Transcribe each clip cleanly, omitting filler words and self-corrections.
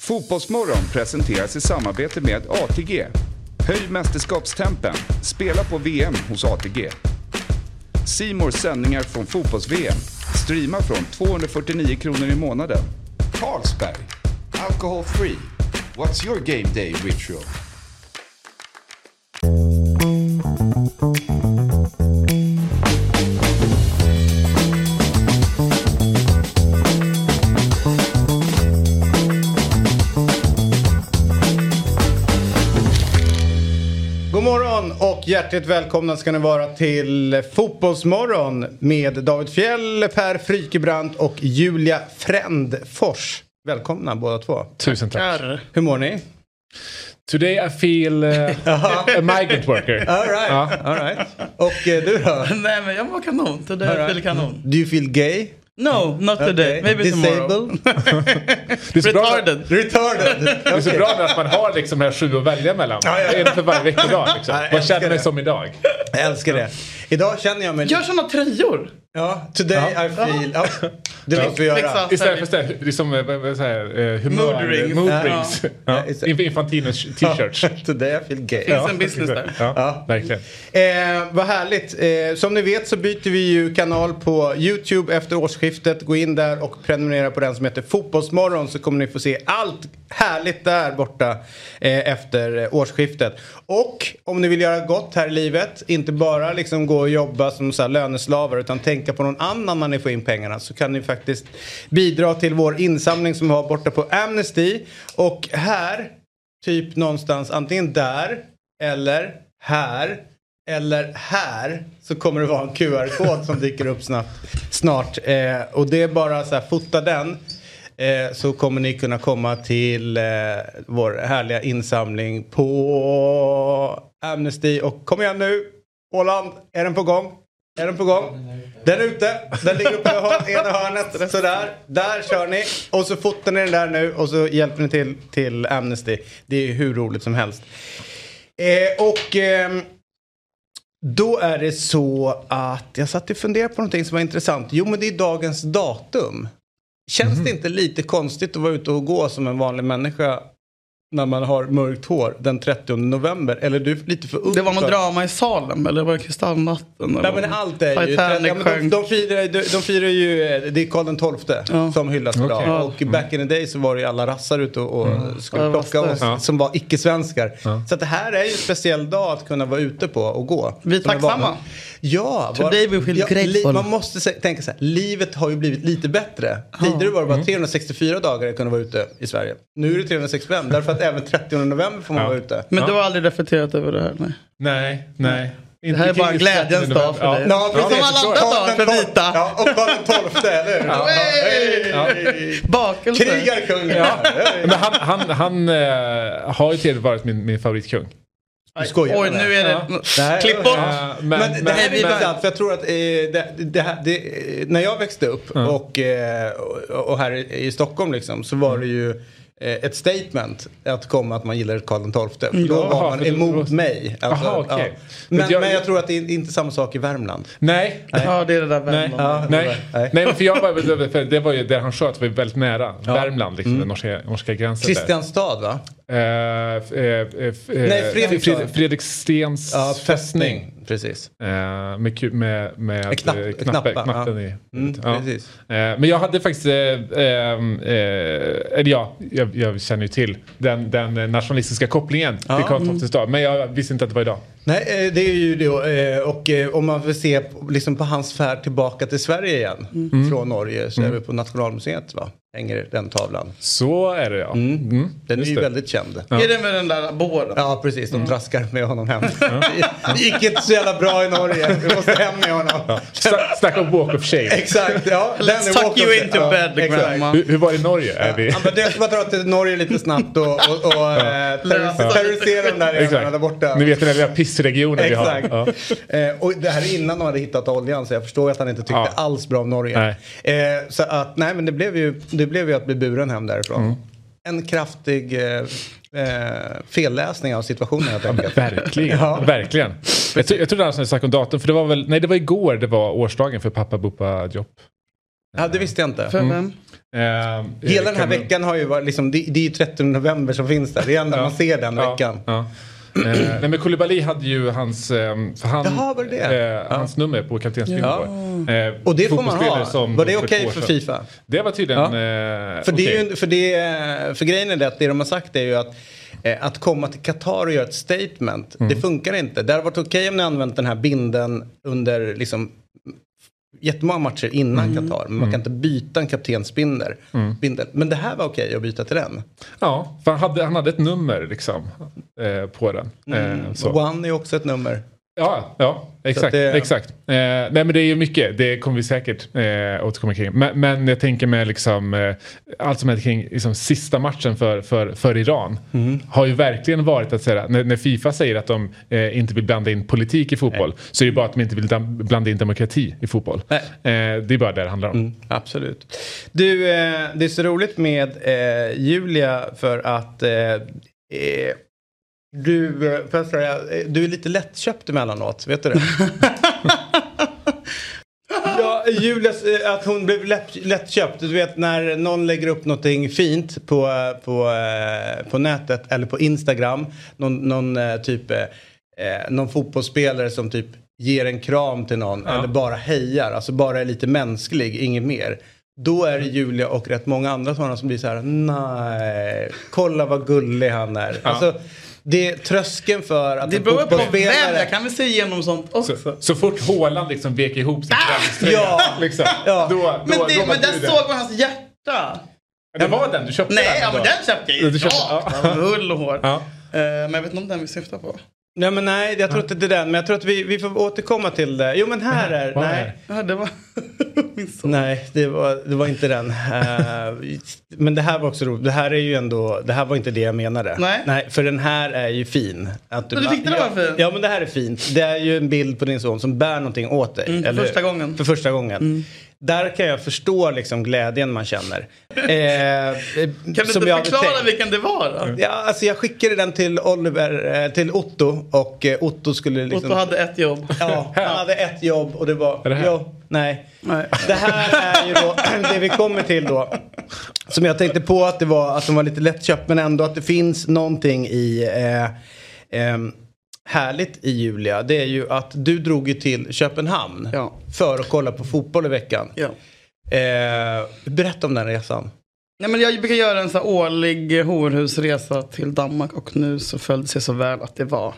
Fotbollsmorgon presenteras i samarbete med ATG. Höj mästerskapstempen. Spela på VM hos ATG. C More sändningar från fotbolls-VM. Streama från 249 kronor i månaden. Carlsberg. Alcohol free. What's your game day ritual? God morgon och hjärtligt välkomna ska ni vara till Fotbollsmorgon med David Fjell, Per Frykebrant och Julia Frändfors. Välkomna båda två. Tusen tack. Hur mår ni? Today I feel a migrant worker. All right. Och du då? Nej, men jag var kanon. Today I feel kanon. Do you feel gay? No, not today. Maybe tomorrow. Retarded. Det är så bra att man har liksom här 7 att välja mellan. En för varje veckodag liksom. Vad känner mig som idag? Jag älskar det. Idag känner jag mig... Gör såna tröjor. Ja, today I feel... Ja, det måste vi göra. Istället för liksom Mood rings. Infantinos t-shirts. Today I feel gay. Finns en business där. Ja, verkligen. Vad härligt. Som ni vet så byter vi ju kanal på YouTube efter årsskiftet. Gå in där och prenumerera på den som heter Fotbollsmorgon, så kommer ni få se allt härligt där borta efter årsskiftet. Och om ni vill göra gott här i livet, inte bara liksom gå och jobba som så här löneslavar, utan tänka på någon annan när ni får in pengarna, så kan ni faktiskt bidra till vår insamling som vi har borta på Amnesty. Och här, typ någonstans, antingen där eller här eller här, så kommer det vara en QR-kod som dyker upp snart. Och det är bara så här, fota den. Så kommer ni kunna komma till vår härliga insamling på Amnesty. Och kom igen nu, Åland, är den på gång? Den är ute. Den ligger uppe i ena hörnet. Sådär. Där kör ni. Och så fotar ni den där nu. Och så hjälper ni till Amnesty. Det är hur roligt som helst. Då är det så att jag satt och funderade på någonting som var intressant. Jo, men det är dagens datum. Känns det inte lite konstigt att vara ute och gå som en vanlig människa när man har mörkt hår den 30 november? Eller du är lite för ung. Det var någon drama i Salem, eller var det Kristallnatten? Nej, men allt är ju... De firar ju... Det är Karl XII som hyllas idag. Okay. Och back in the day så var det ju alla rassar ute och skulle plocka oss som var icke-svenskar. Så att det här är ju en speciell dag att kunna vara ute på och gå. Vi är tacksamma. Ja, man måste tänka så här, livet har ju blivit lite bättre. Tidigare var det bara 364 dagar att kunna vara ute i Sverige. Nu är det 365, därför att även 30 november får man vara ute. Men du har aldrig reflekterat över det här? Nej. Det här är bara en glädjens dag för dig. Ja, som alla andra dagar för vita. Ja, och Karl XII, eller hur? Bakelse. Krigarkung. Men han har ju till varit min favoritkung. Oj, nu är det klipp bort. Men det här är intressant, för jag tror att när jag växte upp och här i Stockholm liksom, så var det ju ett statement att man gillade Karl XII. För då var man emot mig. Alltså, okay. Men jag tror att det är inte samma sak i Värmland. Nej. Ja, det är det där Värmland. Nej, för det var ju där han sköt, var ju väldigt nära Värmland, liksom, den norska gränsen. Kristianstad, va? Fredrikstens fästning. Precis. Med knappen i. Precis. Men jag hade faktiskt jag känner ju till den nationalistiska kopplingen till Karl XIIs dag, men jag visste inte att det var idag. Nej, det är ju det. Och om man vill se liksom på hans färd tillbaka till Sverige igen från Norge, så är vi på Nationalmuseet, va? Hänger den tavlan. Så är det, ja. Den är ju väldigt känd. Är det med den där båren? Ja, precis. De traskar med honom hem. Det gick inte så jävla bra i Norge. Vi måste hem med honom. Snacka om walk of shame. Exakt, ja. Let's tuck you into bed, grandma. Hur var det i Norge? Jag ska bara dra till Norge lite snabbt och terrorisera dem där borta. Ni vet den där pissregionen vi har. Exakt. Och det här är innan de hade hittat oljan, så jag förstår att han inte tyckte alls bra om Norge. Så att, men det blev ju att bli buren hem därifrån. En kraftig felläsning av situationen, jag tänker. Verkligen. Jag trodde alltså när jag snackade om datum, för det var igår det var årsdagen för pappa Bupa Diop. Ja, det visste jag inte. För vem? Hela den här veckan har ju varit liksom, det är ju 13 november som finns där. Det är enda man ser den veckan. Nej, men Koulibaly hade ju hans hans nummer på kaptensbindeln. Och det får man ha. Var det okej för FIFA? Det var tydligen för grejen är det att det de har sagt är ju att komma till Qatar och göra ett statement, det funkar inte. Det har varit okej om ni använt den här binden under liksom jättemånga matcher innan Qatar. Men man kan inte byta en kaptensbindel. Men det här var okej att byta till den. Ja, för han hade ett nummer liksom på den. One är också ett nummer. Ja, exakt. Nej, men det är ju mycket. Det kommer vi säkert återkomma kring. Men jag tänker med liksom allt som är kring liksom, sista matchen för Iran har ju verkligen varit att säga när FIFA säger att de inte vill blanda in politik i fotboll, så är det bara att de inte vill blanda in demokrati i fotboll. Det är bara det handlar om. Absolut. Du, det är så roligt med Julia för att du är lite lättköpt emellanåt, vet du det? Ja, Julias, att hon blev lättköpt. Du vet när någon lägger upp någonting fint på nätet eller på Instagram, någon fotbollsspelare som typ ger en kram till någon eller bara hejar, alltså bara är lite mänsklig, inget mer. Då är det Julia och rätt många andra sådana som blir så här: nej, kolla vad gullig han är. Alltså det är tröskeln för att det beror på vem, jag kan väl se igenom sånt också. Så fort Haaland liksom vek ihop sin träningströja liksom, men där såg man hans hjärta. Det var den du köpte. Nej, men den köpte jag ju. Hull och hår. Men jag vet inte om den vi syftar på. Nej, jag tror inte det är den. Men jag tror att vi får återkomma till det. Jo, men här är... Nej, det var... Nej, det var inte den. Men det här var också roligt. Det här är ju ändå... Det här var inte det jag menade. Nej, för den här är ju fin. Att du tyckte det var fin? Ja, men det här är fint. Det är ju en bild på din son som bär någonting åt dig. För första gången. Där kan jag förstå liksom glädjen man känner. Kan du inte förklara vilken det var då? Ja, alltså jag skickade den till till Otto. Och Otto skulle liksom... Otto hade ett jobb. Ja, han hade ett jobb och det var... Är det här? Nej. Det här är ju då det vi kommer till då. Som jag tänkte på att det var att de var lite lättköpt, men ändå att det finns någonting i... härligt i Julia, det är ju att du drog ju till Köpenhamn för att kolla på fotboll i veckan. Berätta om den resan. Nej, men jag brukar göra en så årlig horhusresa till Danmark, och nu så följde det sig så väl att det var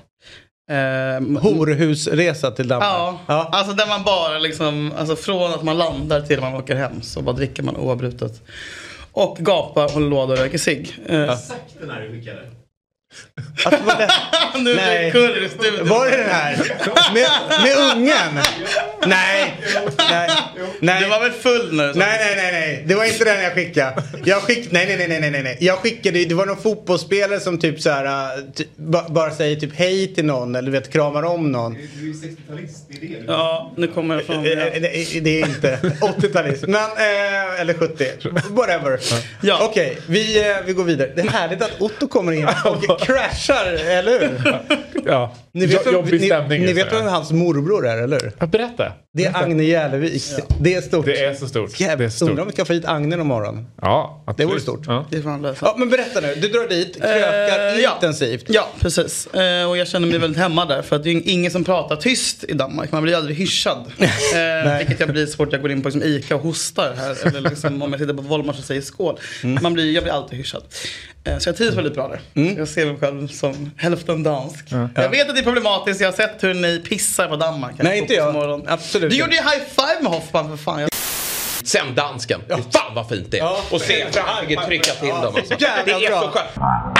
horhusresa till Danmark. Ja, alltså där man bara liksom, alltså från att man landar till man åker hem så bara dricker man oavbrutet och gapar och lådor och röker cigg. Exakt den här du skickade. Att det var det. Nej. Var det den här? Med ungen? Nej. Du var väl full nu? Nej. Det var inte den jag skickade. Nej. Jag skickade, det var någon fotbollsspelare som typ så här bara säger typ hej till någon eller vet kramar om någon. Du är 60-talist, det är det. Ja, nu kommer jag fram. Det är inte 80-talist. Men eller 70. Whatever. Ja. Okej, vi går vidare. Det är härligt att Otto kommer in och crashar, eller hur? Ja. Ni vet vem hans morbror är, eller? Ja, berätta. Det är Agne Järlevik. Det är stort. Det är så stort. Undrar om vi ska få hit Agne om morgonen. Ja, absolut. Det vore stort. Det är fan lösa. Ja, men berätta nu. Du drar dit, krökar intensivt. Ja, precis. Och jag känner mig väldigt hemma där. För att det är ingen som pratar tyst i Danmark. Man blir aldrig hyschad. Vilket jag blir så fort jag går in på liksom Ica och hostar här. Eller liksom, om jag tittar på Volmar så säger skål. Jag blir alltid hyschad. Så jag trivs väldigt bra där. Jag ser mig själv som hälften dansk. Jag vet att det är problematiskt. Jag har sett hur ni pissar på Danmark. Nej, inte jag. Absolut. Du gjorde ju high five med Hoffman, för fan. Sen dansken. Fan vad fint det är. Och se Frankrike trycka till dem. Alltså. Det är så skönt.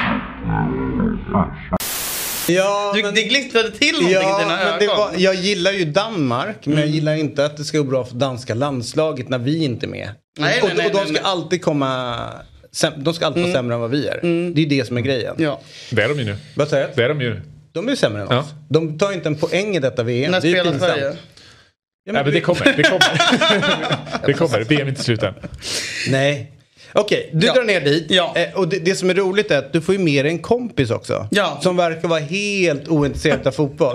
Ja, det glittrade till någonting i dina ögon. Jag gillar ju Danmark, men jag gillar inte att det ska gå bra för danska landslaget när vi inte är med. Nej, och de ska alltid komma... De ska alltid vara sämre än vad vi är. Det är det som är grejen. Ja. Det är de ju nu. Vad säger du? Det är de ju. De är ju sämre än oss. De tar inte en poäng i detta VM. När spelar Sverige? Ja, men det kommer. Det kommer. VM inte slutar. Nej. Okej, du drar ner dit. Och det som är roligt är att du får ju med en kompis också. Som verkar vara helt ointresserad av fotboll.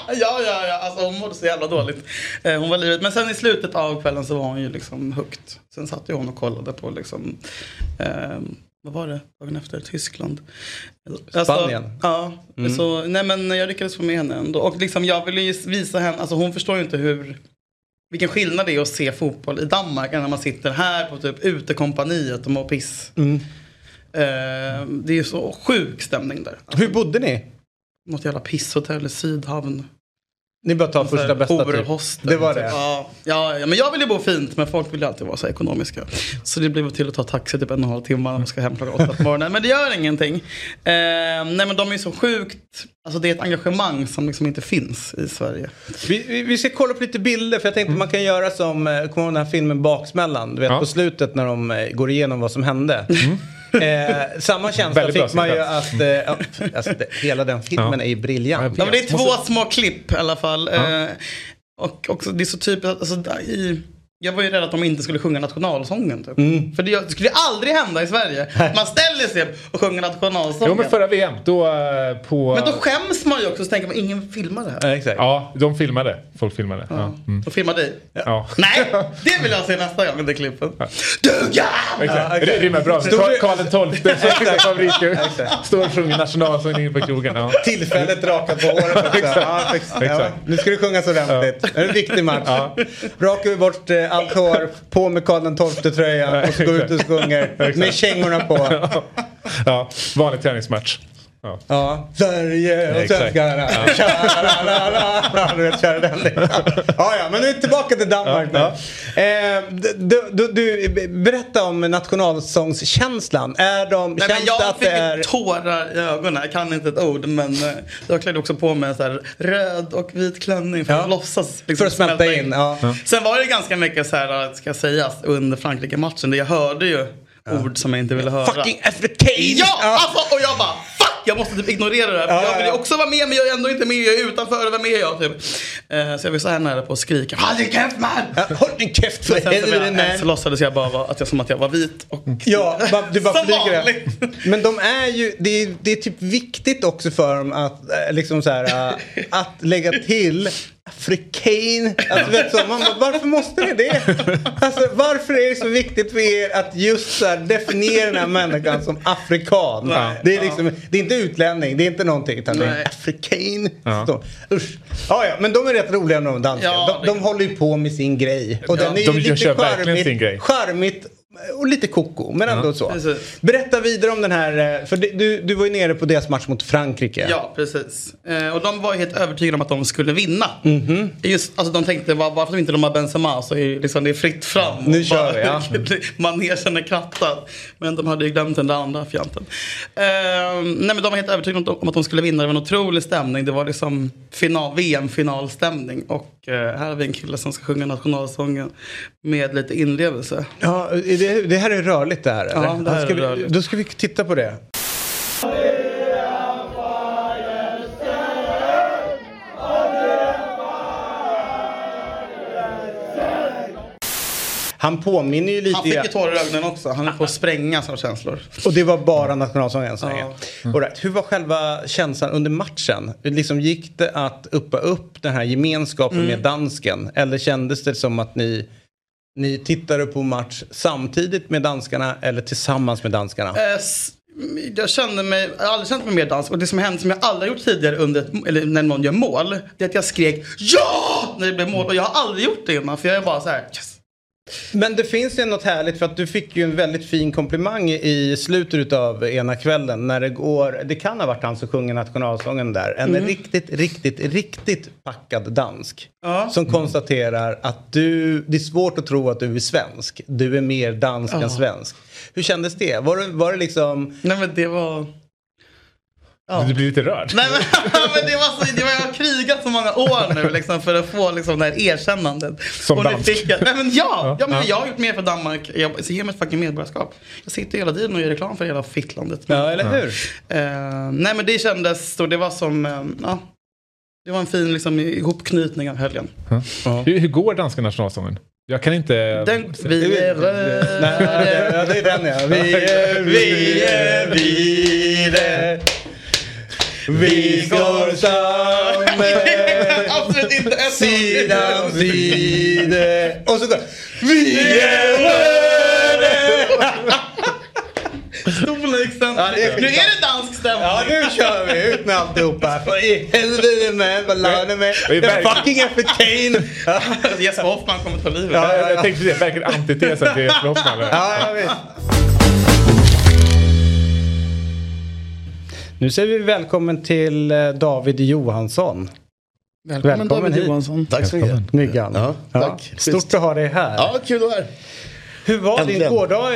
Ja, alltså hon mådde så jävla dåligt. Hon var livet. Men sen i slutet av kvällen så var hon ju liksom hooked. Sen satt ju hon och kollade på liksom vad var det? Dagen efter Tyskland. Spanien. Ja, så nej men jag lyckades få med henne ändå. Och liksom jag ville ju visa henne, alltså hon förstår ju inte vilken skillnad det är att se fotboll i Danmark än när man sitter här på typ utekompaniet och mår piss. Det är ju så sjuk stämning där. Hur bodde ni? Något jävla pisshotell i Sydhavn. Ni bara tar första bästa typ. Det var det. Ja, men jag vill ju bo fint, men folk vill ju alltid vara så ekonomiska. Så det blev till att ta taxi typ 1,5 timmar när man ska hem klockan 8 på morgonen. Men det gör ingenting. Nej, men de är så sjukt. Alltså det är ett engagemang som liksom inte finns i Sverige. Vi ska kolla på lite bilder, för jag tänkte man kan göra som, kommer den här filmen Baksmällan. Du vet på slutet när de går igenom vad som hände. Samma känsla fick man ju att hela den filmen är ju briljant. Ja, men det är 2 små klipp i alla fall. Och också, det är så typ alltså, jag var ju rädd att de inte skulle sjunga nationalsången typ. För det skulle aldrig hända i Sverige. Man ställer sig och sjunger nationalsången. Jo, men förra VM då på... Men då skäms man ju också, så tänker man ingen filmar det här. Exakt. Ja, de filmade. Folk filmade. De filmade dig? Ja. Nej, det vill jag se nästa gång, det klippen. Duga! Det rimmar bra. Karl XII, favoritdjur. Står och sjunger nationalsången in på krogen. Ja. Tillfället rakat på håret också. Exakt. Nu ska du sjunga så ordentligt. Det är en viktig match. Rakar vi bort allt hår, på med Karl XII-tröjan och så går ut och sjunger med kängorna på. Ja, vanlig träningsmatch. Ja, Sverige och svenskarna. Du vet, köra den. Ja, men nu är vi tillbaka till Danmark nu. Du berätta om nationalsångskänslan. Jag fick tårar i ögonen. Jag kan inte ett ord, men jag klädde också på mig en så här röd och vit klänning för att låtsas liksom, för att smälta in. Sen var det ganska mycket så här, ska sägas, under Frankrike-matchen. Jag hörde ju ord som jag inte ville höra. Fucking African! Ja, alltså, och jag bara jag måste typ ignorera det här. Jag vill också vara med, men jag är ändå inte med. Jag är utanför, vem är jag typ. Så jag vill så här nära på att skrika. Håll din käft, man! Håll din käft för helvete. Så låtsades jag bara som att jag var vit. Och du bara flyger. Men de är ju, det är typ viktigt också för dem att liksom så här, att lägga till afrikan. Alltså, vet så, man bara, varför måste ni det? Alltså, varför är det så viktigt för er att just så här definiera den här människan som afrikan? Det är liksom, det är inte utlänning, det är inte någonting, utan det är afrikan. Usch. Ja, men de är rätt roliga när de dansar. De håller ju på med sin grej. Och den är ju lite charmigt och lite koko, men ändå så. Precis. Berätta vidare om den här, för du var ju nere på deras match mot Frankrike. Ja, precis. Och de var ju helt övertygade om att de skulle vinna. Just, alltså de tänkte, varför inte de har Benzema, så är liksom, det är fritt fram. Nu kör vi, man erkänner krattat. Men de hade ju glömt den där andra fjanten. Nej, men de var helt övertygade om att de skulle vinna. Det var en otrolig stämning. Det var liksom VM-finalstämning. Och här har vi en kille som ska sjunga nationalsången med lite inlevelse. Ja, det här är rörligt det här, eller? Ja, det här är rörligt. Då ska vi titta på det. Han påminner ju lite... Han fick ju tårar i ögonen också. Han är på att spränga sina känslor. Och det var bara nationalsången. Hur var själva känslan under matchen? Liksom, gick det att uppa upp den här gemenskapen med dansken? Eller kändes det som att ni tittade på match samtidigt med danskarna eller tillsammans med danskarna? Jag har aldrig känt mig mer dansk. Och det som hände, som jag aldrig gjort tidigare eller när någon gör mål, det är att jag skrek ja när det blev mål. Och jag har aldrig gjort det innan, för jag är bara så här yes. Men det finns ju något härligt, för att du fick ju en väldigt fin komplimang i slutet av ena kvällen när det kan ha varit han som sjunger nationalsången där. En riktigt packad dansk som konstaterar att det är svårt att tro att du är svensk. Du är mer dansk än svensk. Hur kändes det? Var det liksom... Nej, men det var... Du blir lite rörd. Nej, men jag har krigat så många år nu liksom, för att få liksom, det här erkännandet. Som dansk. Men jag har gjort mer för Danmark. Jag ger mig ett fucking medborgarskap. Jag sitter hela tiden och gör reklam för hela fittlandet. Ja, eller hur? Nej, men det kändes... Det var som... det var en fin liksom, ihopknytning av helgen. Hur går danska nationalsången? Jag kan inte... Vi är röda. Det är den, ja. Vi går samman Sidan sida. Och så går vi Storleksen. Nu är det dansk stämning. Ja, nu kör vi ut med alltihopa. För i helvete med, vad lönar med. Fucking F. Kane. Jesper Hoffman kommer ta livet. Ja, jag tänkte det är verkligen antitesen till Jesper Hoffman. Ja, jag vet. Nu säger vi välkommen till David Johansson. Välkommen David Johansson. Tack så mycket. Myggan. Ja, tack. Stort att ha dig här. Ja, kul att vara här. Hur var Äntligen. din gårdag?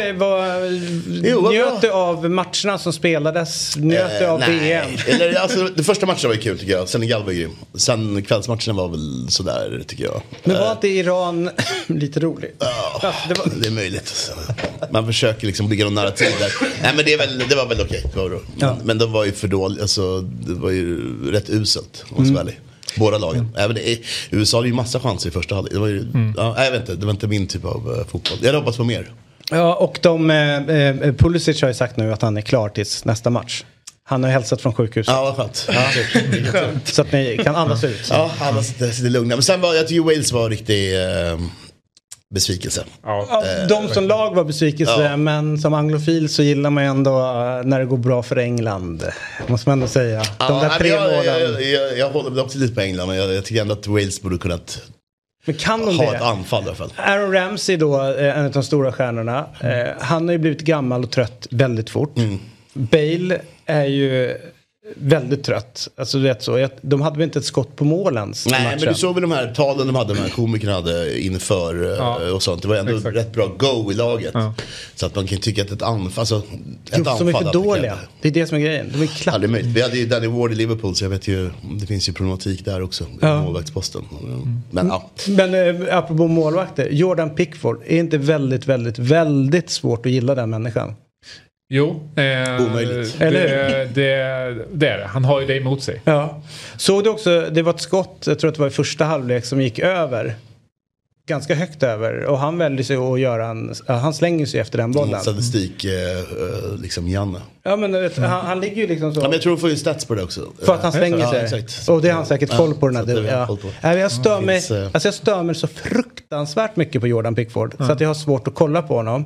Njöt du av matcherna som spelades? Njöt du av VM? Eller, alltså, den första matchen var ju kul tycker jag. Senegal var grym. Sen kvällsmatchen var väl sådär tycker jag. Men var inte Iran lite roligt? Ja, det är möjligt. Man försöker liksom bygga någon narrativ där. Nej men det var väl okej. Men det var ju för dåligt. Alltså, det var ju rätt uselt om man ska vara ärlig. Båda lagen. Även USA hade ju massa chanser i första halvlek. Det var ju, jag vet inte, det var inte min typ av fotboll. Jag hade hoppats på mer. Ja, och Pulisic har ju sagt nu att han är klar tills nästa match. Han har hälsat från sjukhuset. Ja, vad skönt. Så att ni kan andas ut. Ja, alla sitter lugna. Men sen var jag tycker Wales var riktigt besvikelse. Ja, de som lag var besvikelse, men som anglofil så gillar man ju ändå när det går bra för England. Måste man ändå säga. De där 3 målen. Jag håller också lite på England, men jag tycker ändå att Wales borde kunnat ha ett anfall i alla fall. Aaron Ramsey då, en av de stora stjärnorna. Han har ju blivit gammal och trött väldigt fort. Bale är ju väldigt trött. Alltså du vet så. De hade väl inte ett skott på målen. Nej, men du såg väl de här talen de här komikerna hade inför och sånt. Det var ändå rätt bra go i laget. Så att man kan tycka att ett anfall, alltså ett anfall. De är för dåliga. Det är det som är grejen. De är klart. Vi hade ju Danny Ward i Liverpool, så jag vet ju, det finns ju problematik där också. Målvaktsposten. Men apropå målvakter. Jordan Pickford är inte väldigt, väldigt, väldigt svårt att gilla den människan. Jo, omöjligt. Det är det. Han har ju det emot sig. Ja. Såg du också, det var ett skott, jag tror att det var i första halvlek som gick över. Ganska högt över. Och han väljer sig att göra han slänger sig efter den bollen. Statistik, liksom Janne. Ja, men han ligger ju liksom så. Ja, men jag tror de får ju stats på det också. För att han slänger sig. Exakt. Och det har han säkert koll på den här. Jag stör mig så fruktansvärt mycket på Jordan Pickford. Så att jag har svårt att kolla på honom.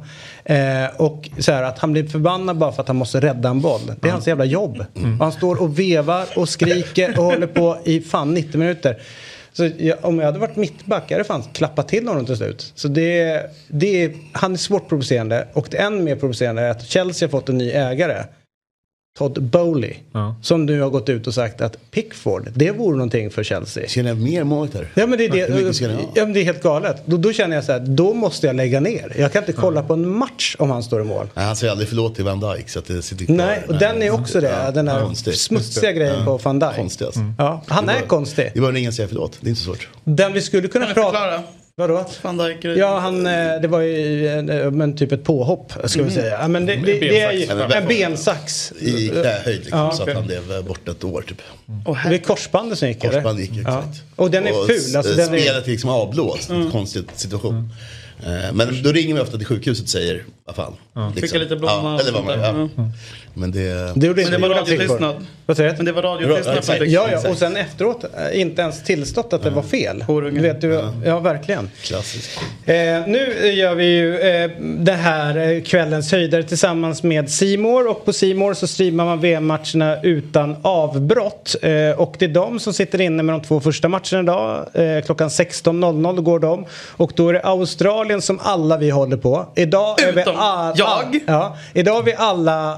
Och så här, att han blir förbannad bara för att han måste rädda en boll. Det är hans jävla jobb. Och han står och vevar och skriker och håller på i 90 minuter. Så om jag hade varit mittback hade fan klappat till honom till slut. Så han är svårt provocerande. Och det än mer provocerande är att Chelsea har fått en ny ägare. Todd Bowley. Som nu har gått ut och sagt att Pickford, det vore någonting för Chelsea. Känner jag mer målet här? Ja, men det är helt galet. Då känner jag så här, då måste jag lägga ner. Jag kan inte kolla på en match om han står i mål. Nej, han säger aldrig förlåt till Van Dijk. Så att det sitter kvar. Nej, och den är också det. Den här smutsiga grejen på Van Dijk. Konstig alltså. Ja, han är konstig. Det var ingen säga förlåt, det är inte så svårt. Den vi skulle kunna prata... Vadå? Van Dijk. Ja, det var ju typ ett påhopp, ska vi säga. Ja, men det är ju en bensax. I knähöjd liksom, så att han blev bort ett år typ. Det är korsbandet som gick, Korsband gick, exakt. Och den är ful. Alltså, spelet liksom avblåst, konstig situation. Men då ringer vi ofta till sjukhuset och säger vad fan. Skicka lite blomma. Eller vad man Men det var radiotystnad. Vad säger du? Men det var radiotystnad. Ja, och sen efteråt inte ens tillstått att det var fel. Vet du, ja, verkligen. Klassiskt. Nu gör vi ju det här kvällens höjdare tillsammans med C More. Och på C More så streamar man VM-matcherna utan avbrott. Och det är de som sitter inne med de 2 första matcherna idag. Klockan 16.00 går de. Och då är det Australien som alla vi håller på. Idag är vi idag är vi alla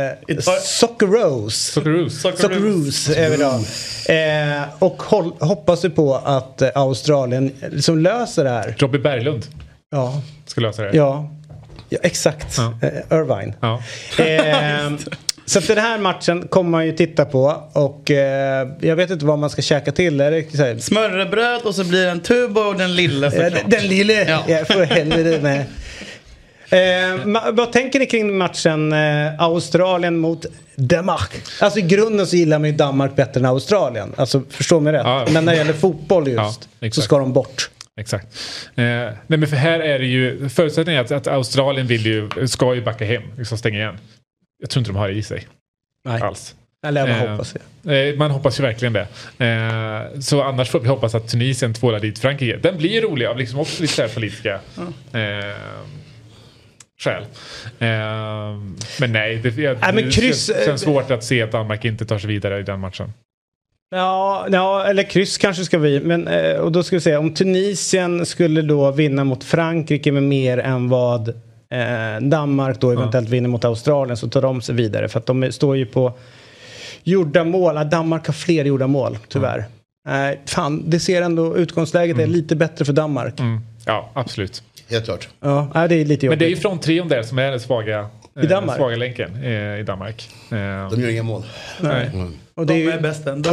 Socceroos är vi idag. Och hoppas vi på att Australien som löser det här. Robbie Berglund ska lösa det. Ja, exakt. Irvine. Så att den här matchen kommer man ju titta på. Och jag vet inte vad man ska käka till. Är det så här? Smörrebröd och så blir det en tubo och den lille såklart. Den lille, jag får hellre med. Vad tänker ni kring matchen Australien mot Danmark? Alltså i grunden så gillar man ju Danmark bättre än Australien. Alltså förstå mig rätt. Men när det gäller fotboll just så ska de bort. Exakt. Nej, men för här är det ju förutsättningen att Australien ska ju backa hem, liksom stänga igen. Jag tror inte de har det i sig. Nej. Alls. Eller man hoppas det. Man hoppas ju verkligen det. Så annars får vi hoppas att Tunisien tvålar dit Frankrike. Den blir rolig av liksom också lite så här politiska skäl. Men nej, det känns svårt att se att Danmark inte tar sig vidare i den matchen. Ja, eller kryss kanske ska vi. Men, och då ska vi säga, om Tunisien skulle då vinna mot Frankrike med mer än vad Danmark då eventuellt vinner mot Australien, så tar de sig vidare. För att de står ju på gjorda mål. Danmark har fler gjorda mål, tyvärr. Fan, det ser ändå, utgångsläget är lite bättre för Danmark. Ja, absolut. Helt klart. Ja, det är lite jobbigt. Men det är ju från trion där som är den svaga länken i Danmark. De gör inga mål. Nej. Och de är bäst ändå.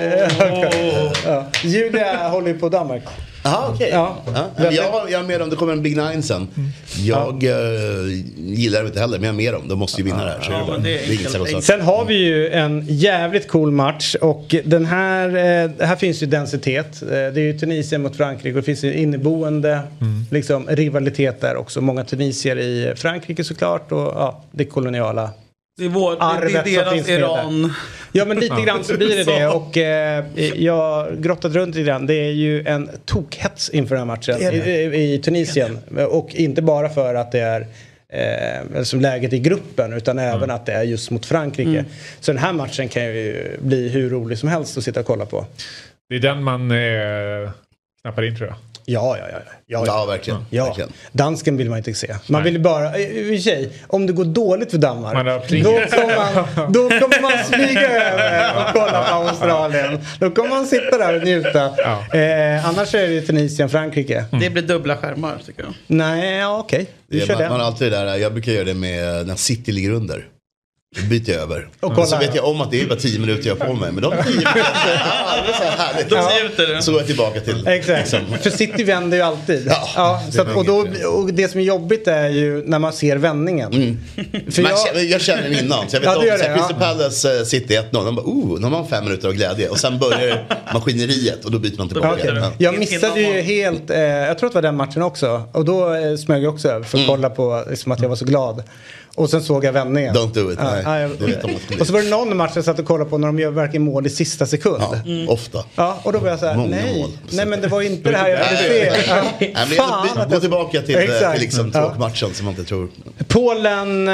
Julia håller ju på Danmark. Jaha, okej. Ja. Jag är med om det kommer en Big Nine sen. Jag gillar det inte heller, men jag är med om. De måste ju vinna det här. Så det är sen har vi ju en jävligt cool match. Och den här finns ju densitet. Det är ju Tunisien mot Frankrike. Och det finns ju inneboende liksom, rivalitet där också. Många tunisier i Frankrike såklart. Och det koloniala. Det är deras Iran. Ja, men lite grann så blir det. Och jag grottat runt i den. Det är ju en tokhets inför den här matchen i Tunisien. Och inte bara för att det är som läget i gruppen, utan även att det är just mot Frankrike. Så den här matchen kan ju bli hur rolig som helst att sitta och kolla på. Det är den man knappar in, tror jag. Ja, verkligen. Dansken vill man inte se. Man vill bara, i sig, om det går dåligt för Danmark, då kommer man smyga över och kolla på Australien. Då kommer man sitta där och njuta. Annars är det Tunisien, Frankrike. Det blir dubbla skärmar, tycker jag. Nej, okej. Man har alltid det där, jag brukar göra det med när City ligger under. Då byter jag över. Och så vet jag om att det är bara 10 minuter jag på mig. Men de 10 minuter, det är så här härligt. Så går jag tillbaka till. Exakt, för City vänder ju alltid. Och det som är jobbigt är ju när man ser vändningen. För jag känner den innan. Så jag vet om Crystal Palace City 1-0. De bara, nu har man 5 minuter av glädje. Och sen börjar maskineriet och då byter man tillbaka. Jag missade ju helt, jag tror att det var den matchen också. Och då smög jag också över för att kolla på liksom, att jag var så glad. Och sen såg jag vändningen. Don't do it. Och så var det någon match jag satt och kollade på när de gör verkligen mål i sista sekund. Ofta. Ja, och då var jag så här, nej men det var inte det här jag ville se. Gå tillbaka till liksom tråkmatchen som man inte tror. Polen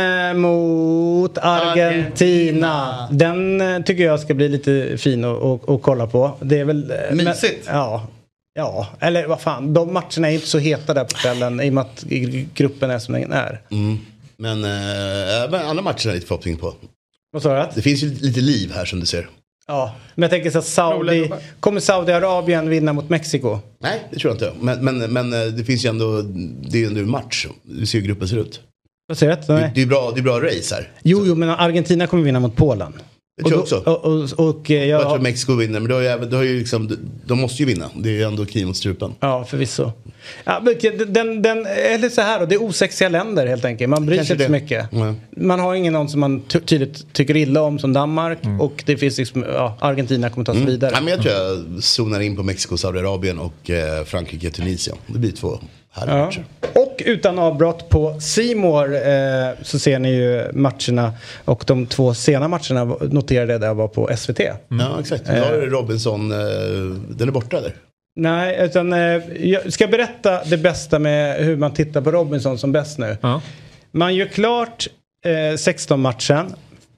mot Argentina. Den tycker jag ska bli lite fin att kolla på. Det är väl mysigt. Ja, eller vad fan, de matcherna är inte så heta där på kvällen i och med att gruppen är som den är. Men andra matcher är lite förhoppning på. Vad sa du? Det finns ju lite liv här som du ser. Ja, men jag tänker så kommer Saudiarabien vinna mot Mexiko? Nej, det tror jag inte. Men det finns ju ändå, det är ju ändå en match. Du ser hur gruppen ser ut. Vad säger du? Det är bra race här. Jo, men Argentina kommer vinna mot Polen. Det tror jag också. Jag tror Mexiko vinner, men då har ju liksom, de måste ju vinna. Det är ju ändå krig mot strupen. Ja, förvisso. Ja, den eller så här då, det är osexiga länder helt enkelt. Man bryr sig inte så mycket. Man har ingen någon som man tydligt tycker illa om som Danmark. Och det finns liksom, Argentina kommer ta sig vidare. Ja, men jag tror jag zonar in på Mexiko, Saudiarabien och Frankrike, Tunisien. Det blir 2 härliga matcher. Och utan avbrott på C More så ser ni ju matcherna. Och de 2 sena matcherna noterade jag där var på SVT. Ja, exakt. Då har Robinson, den är borta där. Nej, utan jag ska berätta det bästa med hur man tittar på Robinson som bäst nu. Man gör klart 16-matchen,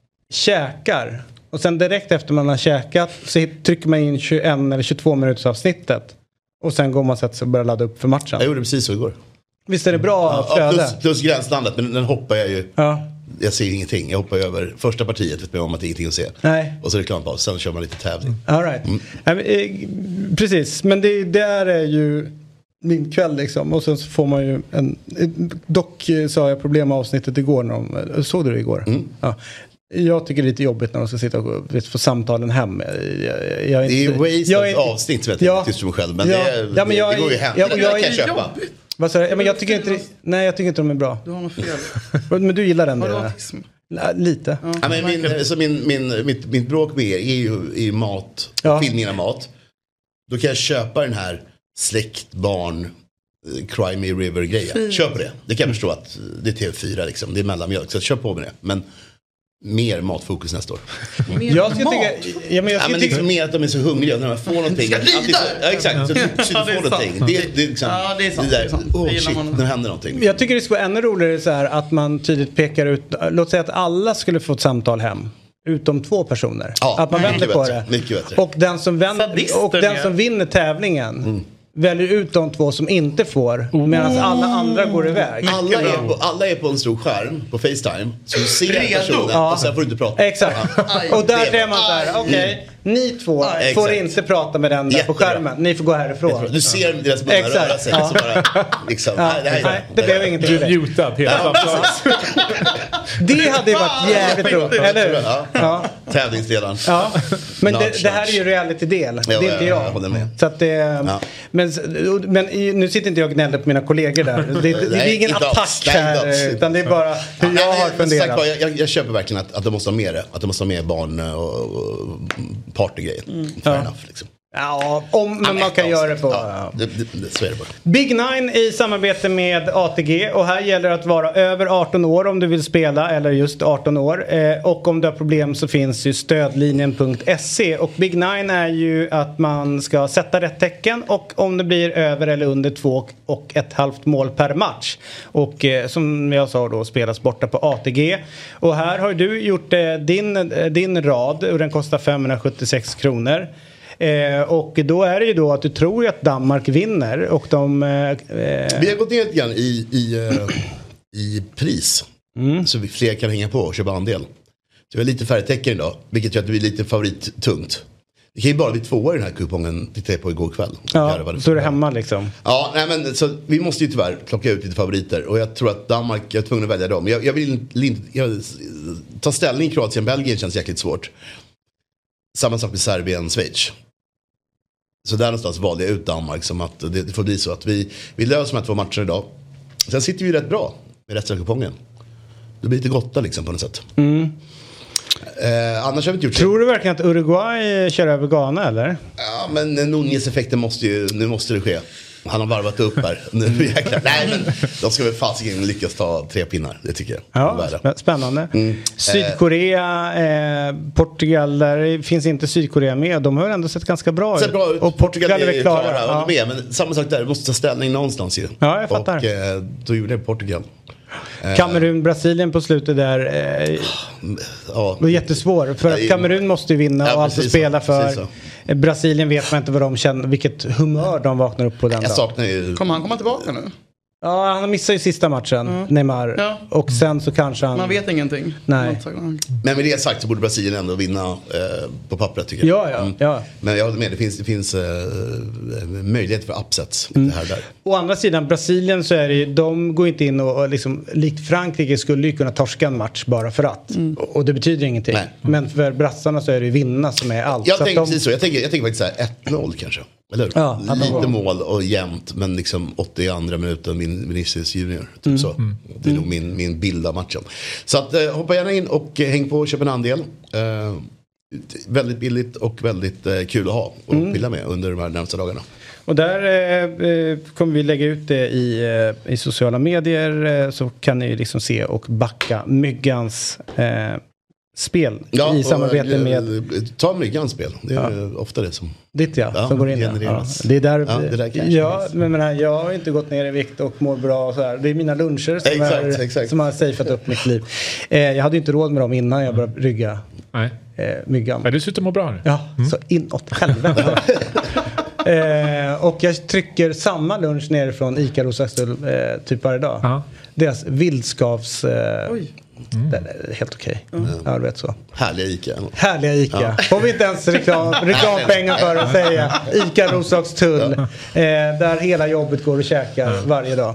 käkar. Och sen direkt efter man har käkat så trycker man in 21 eller 22 minuters avsnittet. Och sen går man sätta sig och börjar ladda upp för matchen. Jag gjorde precis så igår. Visst är det bra flöde? Plus gränslandet, men den hoppar jag ju. Jag ser ingenting. Jag hoppar över första partiet, vet man om att det är ingenting att se. Nej. Och så är det reklampaus, sen kör man lite tävling. All right. Precis, men det där är ju min kväll liksom. Och sen så får man ju dock sa jag problem med avsnittet igår när de, såg du det igår? Ja. Jag tycker det är lite jobbigt när de ska sitta och få samtalen hem. Det är ju waste avsnitt, vet jag tyst för mig själv. Men det går ju hem. Det kan jag köpa. Vad säger jag? Men jag tycker inte jag tycker inte de är bra. Du har något fel. Men du gillar den där? Autism? Lite. Ja, men mitt bråk med er är ju mat. Filmningen av mat. Då kan jag köpa den här släkt, barn, Cry Me River-grejen. Köp det. Det kan jag förstå att det är TV4 liksom. Det är mellanmjölk. Så köp på med det. Men mer matfokus nästa år. Jag skulle tycka... men liksom mer att de är så hungriga när de får någonting. Exakt, så du får någonting. Det är liksom... Ja, det är sant. Det där, shit, nu händer någonting. Jag tycker det skulle vara ännu roligare så här att man tydligt pekar ut... Låt säga att alla skulle få ett samtal hem. Utom 2 personer. Ja, att man vänder på det. Mycket bättre. Och den som vinner tävlingen väljer ut de 2 som inte får medan alla andra går iväg. Alla är på en stor skärm på FaceTime så du ser personen och sen får du inte prata. Exakt. Och där är man så här, okej, ni 2 får inte prata med den där på skärmen. Ni får gå härifrån. Du ser deras munnar röra sig. Så bara, liksom, nej, det blev ingenting. Du mutad hela Det hade ju varit jävligt roligt, eller hur? Ja. Tävlingsledaren. Ja. Men det här är ju reality-del. Det är inte jag. Så att det, men nu sitter inte jag och gnäller på mina kollegor där. Det är ingen attack här. Utan det är bara hur jag har funderat. Jag köper verkligen att de måste ha med det. Att de måste ha med barn och partygrejer. Fair enough liksom. Ja, men man kan göra det på... Så är det bara. Big Nine i samarbete med ATG. Och här gäller det att vara över 18 år om du vill spela. Eller just 18 år. Och om du har problem så finns ju stödlinjen.se. Och Big Nine är ju att man ska sätta rätt tecken. Och om det blir över eller under 2,5 mål per match. Och som jag sa då spelas borta på ATG. Och här har du gjort din rad. Och den kostar 576 kronor. Och då är det ju då att du tror ju att Danmark vinner och de... Vi har gått ner lite grann i pris. Så vi fler kan hänga på och köpa andel. Så vi har lite färre tecken idag, vilket gör att det blir lite favorittungt. Det kan ju bara bli 2 i den här kupongen tittade jag på igår kväll. Ja, så är det hemma liksom. Ja, nej men så vi måste ju tyvärr plocka ut lite favoriter. Och jag tror att Danmark, jag är tvungen att välja dem. Jag vill ta ställning i Kroatien, Belgien känns jäkligt svårt. Samma sak med Serbien, Schweiz. Så där någonstans valde jag ut Danmark som att det får bli så att vi löser de här 2 matcherna idag. Sen sitter vi rätt bra med resten av kupongen. Det blir lite gotta liksom på något sätt. Annars har vi inte gjort. Tror du verkligen att Uruguay kör över Ghana eller? Ja, men Nunez-effekten nu måste det ske. Han har varvat upp här. Nej, men de ska väl fasiken lyckas ta 3 pinnar. Det tycker jag. Ja, spännande. Sydkorea, Portugal, där finns inte Sydkorea med. De har ändå sett ganska bra ut. Och Portugal är klara. Med, men samma sak där, du måste ta ställning någonstans ju. Ja, jag fattar. Och då gjorde det Portugal. Kamerun, Brasilien på slutet där var jättesvår. För att Kamerun måste ju vinna och alltså spela för. Brasilien vet man inte vad de känner, vilket humör de vaknar upp på den dagen. Kommer han komma tillbaka nu? Ja, han missar ju sista matchen, Neymar. Ja. Och sen så kanske han... Man vet ingenting. Nej. Men med det sagt så borde Brasilien ändå vinna på pappret tycker jag. Ja. Men jag håller med, det finns möjlighet för upsets det här där. Å andra sidan, Brasilien så är det ju, de går inte in och liksom, likt Frankrike skulle ju kunna torska en match bara för att. Och det betyder ingenting. Men för brassarna så är det ju vinna som är allt. Jag tänker precis så, jag tänker faktiskt så här 1-0 kanske. Eller ja, lite mål och jämnt, men liksom 82 minuten Vinicius Junior. Typ så. Det är nog min bild av matchen. Så att, hoppa gärna in och häng på och köp en andel. Väldigt billigt och väldigt kul att ha och spela med under de här närmaste dagarna. Och där kommer vi lägga ut det i sociala medier så kan ni liksom se och backa Myggans spel i samarbete med... Ta Myggans spel, det är ofta det som... Ditt som går in. Det är där, men jag har inte gått ner i vikt och mår bra och så här. Det är mina luncher som har safeat upp mitt liv. Jag hade ju inte råd med dem innan jag började rygga Myggan. Men du slutar må bra nu. Ja, så inåt helvete. Och jag trycker samma lunch nerifrån Ica Rosaxtull typ varje dag. Deras vildskavs... Det är helt okej. Ja, du vet så. Härliga Ica. Härliga Ica. Får vi inte ens reklampengar för att säga Ica Rosaxtull. Där hela jobbet går och käkar varje dag.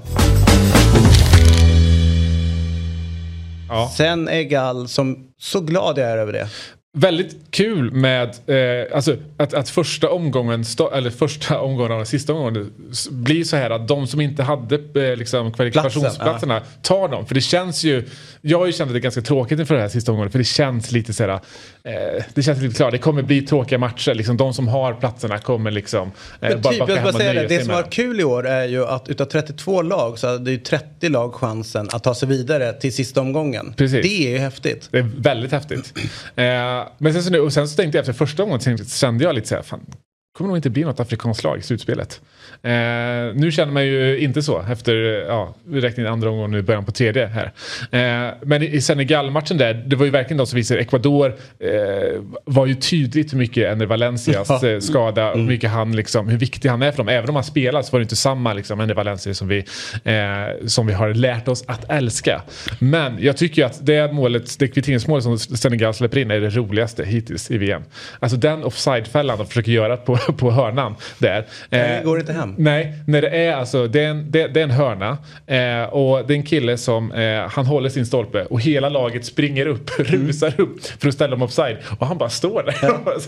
Sen är Gall som så glad jag är över det. väldigt kul med alltså att första omgången av den sista omgången blir så här att de som inte hade liksom kvalifikationsplatserna tar dem. För det känns ju, jag har ju känt att det är ganska tråkigt inför det här sista omgången, för det känns lite så här, det känns lite klart, det kommer bli tråkiga matcher liksom, de som har platserna kommer liksom det som var kul i år är ju att utav 32 lag så hade ju 30 lag chansen att ta sig vidare till sista omgången. Precis. Det är ju häftigt. Det är väldigt häftigt. Men sen så tänkte jag efter första omgången, kände jag lite så här, fan, kommer nog inte bli något afrikanskt lag i slutspelet. Nu känner man ju inte så efter, vi räknar in andra omgången nu, början på tredje här. Men i Senegal-matchen där, det var ju verkligen de som visade, Ecuador var ju tydligt hur mycket Ener Valencias skada, och mycket han liksom, hur viktig han är för dem. Även om han spelar så var det inte samma liksom, Ener Valencia som vi har lärt oss att älska. Men jag tycker ju att det kvitteringsmålet som Senegal släpper in är det roligaste hittills i VM. Alltså den offside-fällan de försöker göra på hörnan där. Det går inte hem. Nej, när det är alltså det är en hörna och det är en kille som han håller sin stolpe och hela laget springer upp, rusar upp för att ställa dem offside och han bara står där.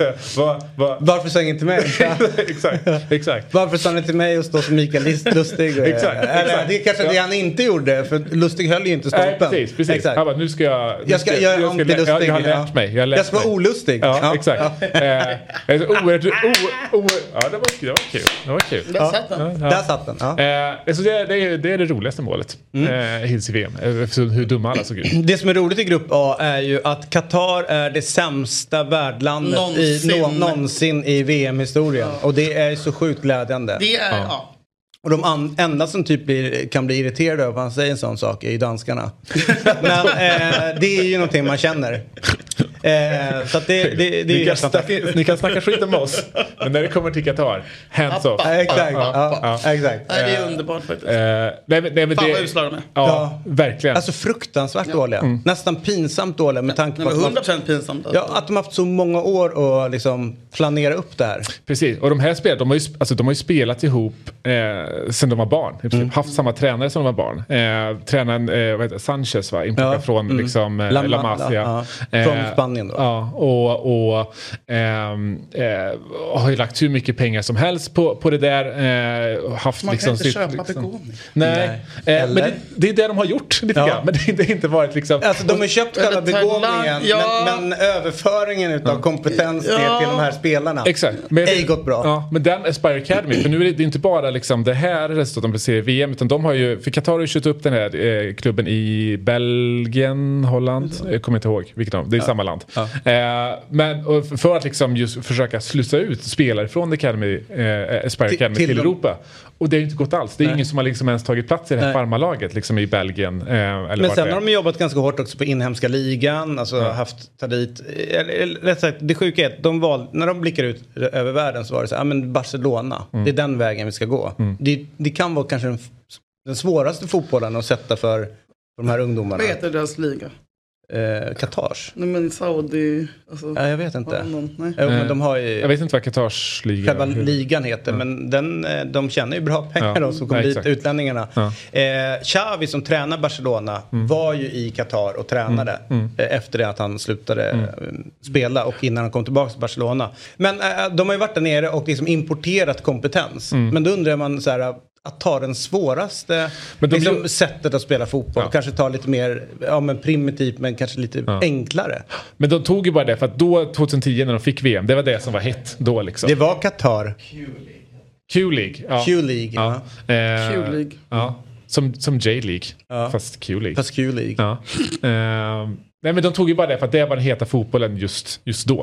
Varför sa inte mig? Exakt. Varför sa han inte mig och stå som Mikael Lustig? Exakt. Det är kanske det han inte gjorde, för Lustig höll ju inte stolpen. Precis. Exakt. Han bara, nu ska jag jag har lärt mig. Jag ska vara olustig. Ja, exakt. Oerhört det var kul. Där satt den. Så det är det roligaste målet hittills i VM. Hur dumma alla såg ut. Det som är roligt i grupp A är ju att Qatar är det sämsta värdlandet någonsin i VM-historien. Och det är så sjukt glädjande. Det är, Och de enda som typ kan bli irriterade av att han säger en sån sak är ju danskarna. Men det är ju någonting man känner. Så att det är helt fantastiskt. Ni kan snacka skit om oss, men när det kommer till Qatar, hands off. Exakt. Det är underbart faktiskt. Fan vad uslar de är. Ja, verkligen. Alltså fruktansvärt dåliga. Nästan pinsamt dåliga med tanke på 100% pinsamt. Att de har haft så många år att liksom planera upp det här. Precis, och de här spelarna, de har ju spelat ihop sen de var barn. Haft samma tränare som de var barn. Tränaren Sanchez var inplockad från liksom, La Masia. Från Spanien då. Ja, och har ju lagt hur mycket pengar som helst på det där. Haft man liksom kan inte köpa begåvning. Nej. Men det är det de har gjort lite grann. Men det har inte varit liksom... Alltså de har köpt själva begåvningen, men överföringen utav kompetens till de här spelarna är gått bra. Ja, men den Aspire Academy, för nu är det inte bara liksom det här resultatet de placerar i VM, utan de har ju, för Qatar har ju kört upp den här klubben i Belgien, Holland, jag kommer inte ihåg vilket av, det är samma land. Men för att liksom just försöka slussa ut spelare från Aspire Academy till Europa. Och det har ju inte gått alls. Det är ingen som har liksom ens tagit plats i det här farmarlaget liksom i Belgien. Men sen har de jobbat ganska hårt också på inhemska ligan. Alltså haft dit. Rätt sagt, det sjuka är att när de blickar ut över världen så var det så här, men Barcelona, det är den vägen vi ska gå. Det kan vara kanske den svåraste fotbollen att sätta för de här ungdomarna. Vad heter deras liga? Qatars. Nej, men Saudi, alltså, jag vet inte. Men de har ju, jag vet inte vad Qatars liga själva ligan heter, men de tjänar ju bra pengar då, som kom dit, utlänningarna. Xavi som tränar Barcelona var ju i Qatar och tränade efter det att han slutade spela och innan han kom tillbaka till Barcelona. Men de har ju varit där nere och liksom importerat kompetens. Men då undrar man så här, att ta den svåraste liksom, sättet att spela fotboll. Kanske ta lite mer primitivt, men kanske lite enklare. Men de tog ju bara det, för att då 2010 när de fick VM, det var det som var hett då liksom. Det var Qatar. Q-League. Q-League. Q-League. Som J-League. Fast Q-League. Fast Q-League. Nej, men de tog ju bara det för att det var den heta fotbollen just då.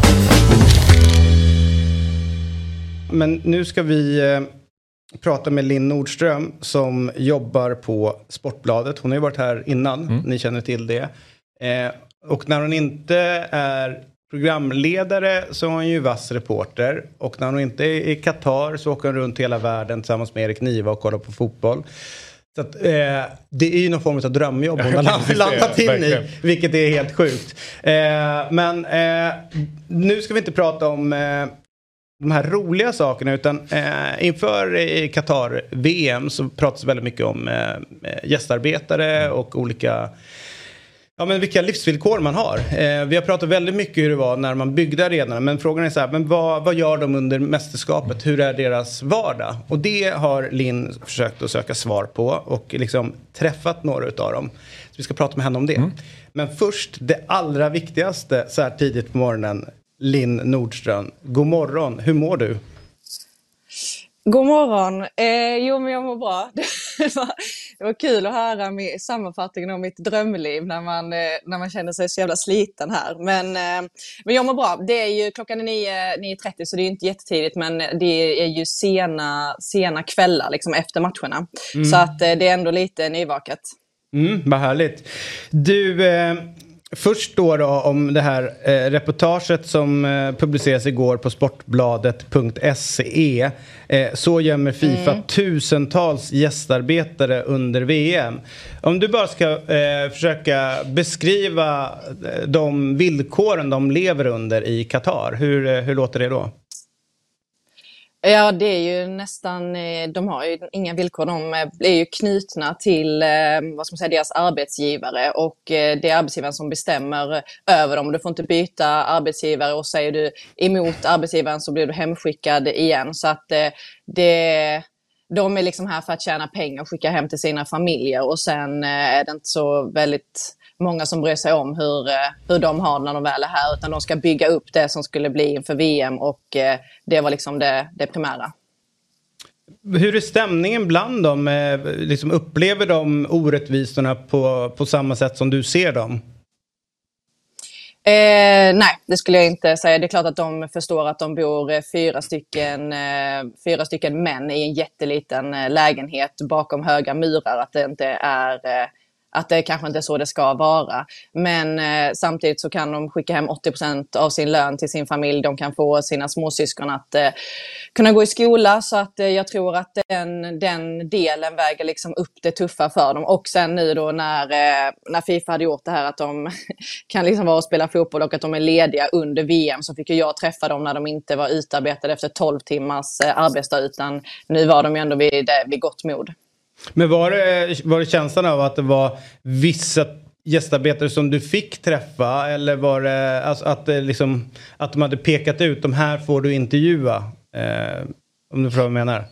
Men nu ska vi prata med Linn Nordström som jobbar på Sportbladet. Hon har ju varit här innan, ni känner till det. Och när hon inte är programledare så är hon ju vass reporter. Och när hon inte är i Qatar så åker hon runt hela världen tillsammans med Erik Niva och kollar på fotboll. Så att, det är ju någon form av drömjobb hon har landat in i, vilket är helt sjukt. Men nu ska vi inte prata om de här roliga sakerna, utan inför Qatar-VM så pratas väldigt mycket om gästarbetare och olika Ja, men vilka livsvillkor man har. Vi har pratat väldigt mycket hur det var när man byggde arenorna. Men frågan är så här, men vad gör de under mästerskapet? Hur är deras vardag? Och det har Linn försökt att söka svar på. Och liksom träffat några av dem. Så vi ska prata med henne om det. Men först, det allra viktigaste så här tidigt på morgonen. Linn Nordström, god morgon. Hur mår du? God morgon. Jo, men jag mår bra. Det var kul att höra sammanfattningen om mitt drömliv när man känner sig så jävla sliten här. Men jag mår bra. Det är ju klockan är 9:30 så det är ju inte jättetidigt, men det är ju sena kvällar liksom efter matcherna. Så att det är ändå lite nyvaket. Vad härligt. Du... Först då om det här reportaget som publiceras igår på sportbladet.se. Så gömmer FIFA tusentals gästarbetare under VM. Om du bara ska försöka beskriva de villkoren de lever under i Qatar. Hur låter det då? Ja, det är ju nästan, de har ju inga villkor, de är ju knutna till deras arbetsgivare och det är arbetsgivaren som bestämmer över dem. Du får inte byta arbetsgivare och säger du emot arbetsgivaren så blir du hemskickad igen. Så att de är liksom här för att tjäna pengar och skicka hem till sina familjer och sen är det inte så väldigt många som bryr sig om hur de har när de väl är här, utan de ska bygga upp det som skulle bli inför VM och det var liksom det primära. Hur är stämningen bland dem? Liksom upplever de orättvisorna på samma sätt som du ser dem? Nej, det skulle jag inte säga. Det är klart att de förstår att de bor fyra stycken män i en jätteliten lägenhet bakom höga murar, att det inte är... Att det kanske inte är så det ska vara. Men samtidigt så kan de skicka hem 80% av sin lön till sin familj. De kan få sina småsyskon att kunna gå i skola. Så att jag tror att den delen väger liksom upp det tuffa för dem. Och sen nu då när FIFA hade gjort det här att de kan liksom vara och spela fotboll och att de är lediga under VM, så fick jag träffa dem när de inte var utarbetade efter 12 timmars arbetsdag, utan nu var de ju ändå vid gott mod. Men var det känslan av att det var vissa gästarbetare som du fick träffa, eller var det alltså att de hade pekat ut de här får du intervjua, om du förstår vad jag menar?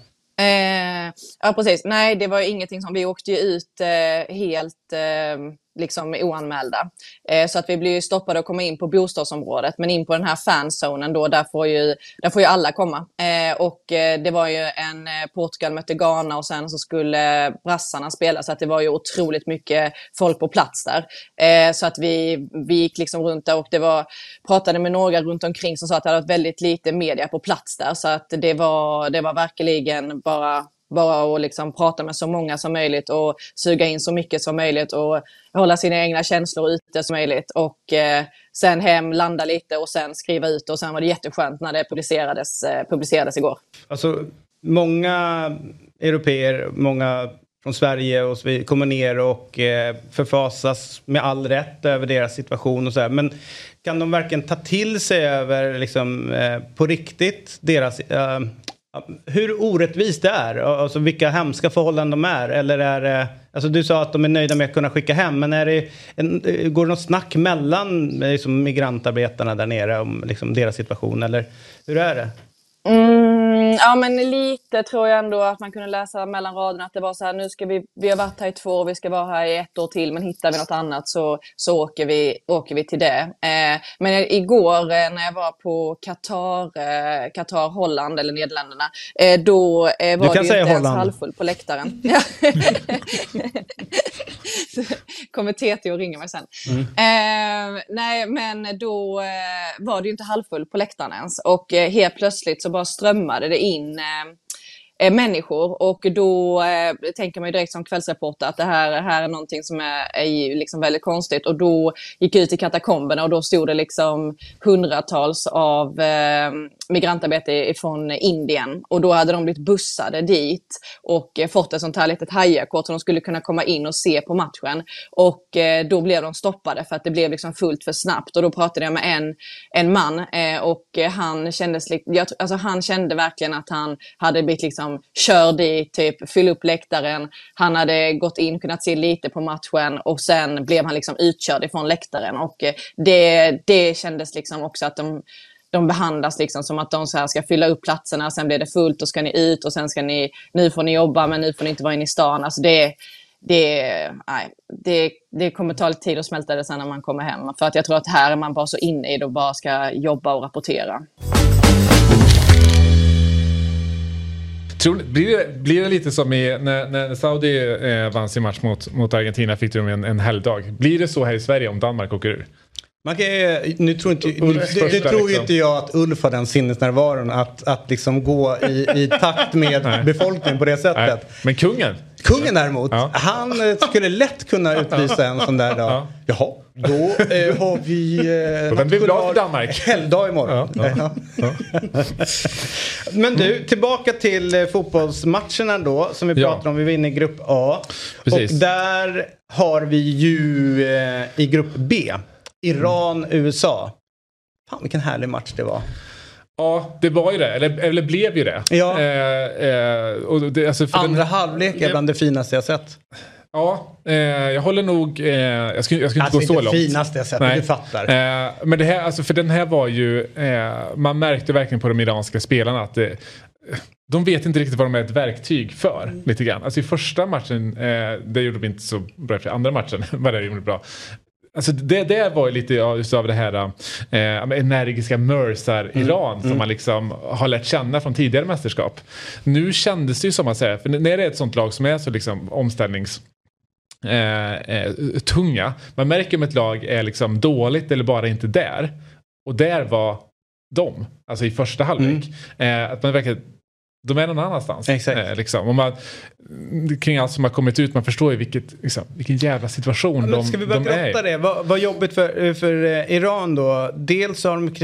Ja, precis. Nej, det var ingenting som vi åkte ju ut helt liksom oanmälda. Så att vi blev ju stoppade att komma in på bostadsområdet, men in på den här fanzonen då, där får ju alla komma. Och det var ju en Portugal mötte Ghana och sen så skulle brassarna spela, så att det var ju otroligt mycket folk på plats där. Så att vi gick liksom runt där och pratade med några runt omkring som sa att det hade varit väldigt lite media på plats där, så att det var verkligen bara att liksom prata med så många som möjligt och suga in så mycket som möjligt och hålla sina egna känslor ute som möjligt och sen hem, landa lite och sen skriva ut, och sen var det jätteskönt när det publicerades igår. Alltså många europeer, många från Sverige och så kommer ner och förfasas med all rätt över deras situation och så här. Men kan de verkligen ta till sig över liksom, på riktigt deras... hur orättvist det är, alltså vilka hemska förhållanden de är, eller är det, alltså du sa att de är nöjda med att kunna skicka hem, men går det något snack mellan liksom, migrantarbetarna där nere om liksom, deras situation, eller hur är det? Ja, men lite tror jag ändå att man kunde läsa mellan raderna att det var så här, nu ska vi har varit här i 2 år, vi ska vara här i 1 år till, men hittar vi något annat så åker vi till det. Men igår när jag var på Qatar, Holland eller Nederländerna, då var det ju inte ens halvfull på läktaren. Kommer TT och ringer mig sen. Nej, men då var det ju inte halvfull på läktaren ens, och helt plötsligt så bara strömmade det in människor, och då tänker man ju direkt som kvällsreporter att det här är någonting som är liksom väldigt konstigt, och då gick jag ut i katakomberna och då stod det liksom hundratals av migrantarbetare från Indien, och då hade de blivit bussade dit och fått ett sånt här litet hajakort så de skulle kunna komma in och se på matchen, och då blev de stoppade för att det blev liksom fullt för snabbt, och då pratade jag med en man och han kände verkligen att han hade blivit liksom liksom kör dit, typ fyll upp läktaren. Han hade gått in, kunnat se lite på matchen och sen blev han liksom utkörd ifrån läktaren. Och det kändes liksom också att de behandlas liksom som att de så här ska fylla upp platserna, sen blir det fullt och ska ni ut och sen ska nu får ni jobba men nu får ni inte vara inne i stan. Alltså det kommer ta lite tid att smälta det sen när man kommer hem. För att jag tror att här är man bara så inne i det och bara ska jobba och rapportera. Blir det lite som när Saudi vann sin match mot Argentina, fick de en helgdag. Blir det så här i Sverige om Danmark åker ur? Nu tror inte jag att Ulf har den sinnesnärvaron att liksom gå i takt med befolkningen på det sättet. Nej. Men kungen däremot, han skulle lätt kunna utvisa en sån där dag. Jaha, då har vi helgdag imorgon. Men du, tillbaka till fotbollsmatcherna då som vi pratar om. Vi var inne i grupp A. Precis. Och där har vi ju i grupp B Iran, USA. Fan vilken härlig match det var. Ja, det var ju det. Eller blev ju det. Ja. Och det alltså andra halvlek är bland det finaste jag sett. Ja, jag håller nog... jag skulle inte gå så långt. Alltså inte finaste jag sett, du fattar. Men det här, alltså för den här var ju... man märkte verkligen på de iranska spelarna att de vet inte riktigt vad de är ett verktyg för. Lite grann. Alltså i första matchen, det gjorde de inte så bra. För andra matchen var det gjorde bra. Alltså det var ju lite just av det här energiska mörsar-Iran som man liksom har lärt känna från tidigare mästerskap. Nu kändes det ju som att säga, för när det är ett sånt lag som är så liksom tunga, man märker om ett lag är liksom dåligt eller bara inte där. Och där var de, alltså i första halvlek. Att man verkar de är någon annanstans. Liksom. Och man, kring allt som har kommit ut, man förstår ju vilken jävla situation de är i. Ska vi bara berätta det? Vad jobbigt för Iran då? Dels har de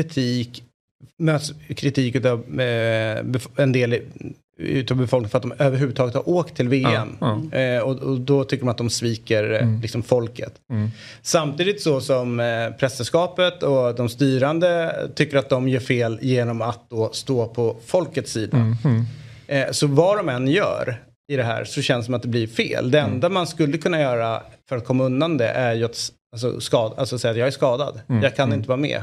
kritik av en del utav befolkningen för att de överhuvudtaget har åkt till VM. Och då tycker de att de sviker liksom folket. Samtidigt så som prästerskapet och de styrande tycker att de gör fel genom att då stå på folkets sida. Så vad de än gör i det här så känns det som att det blir fel. Det enda man skulle kunna göra för att komma undan det är ju att säga att jag är skadad. Jag kan inte vara med.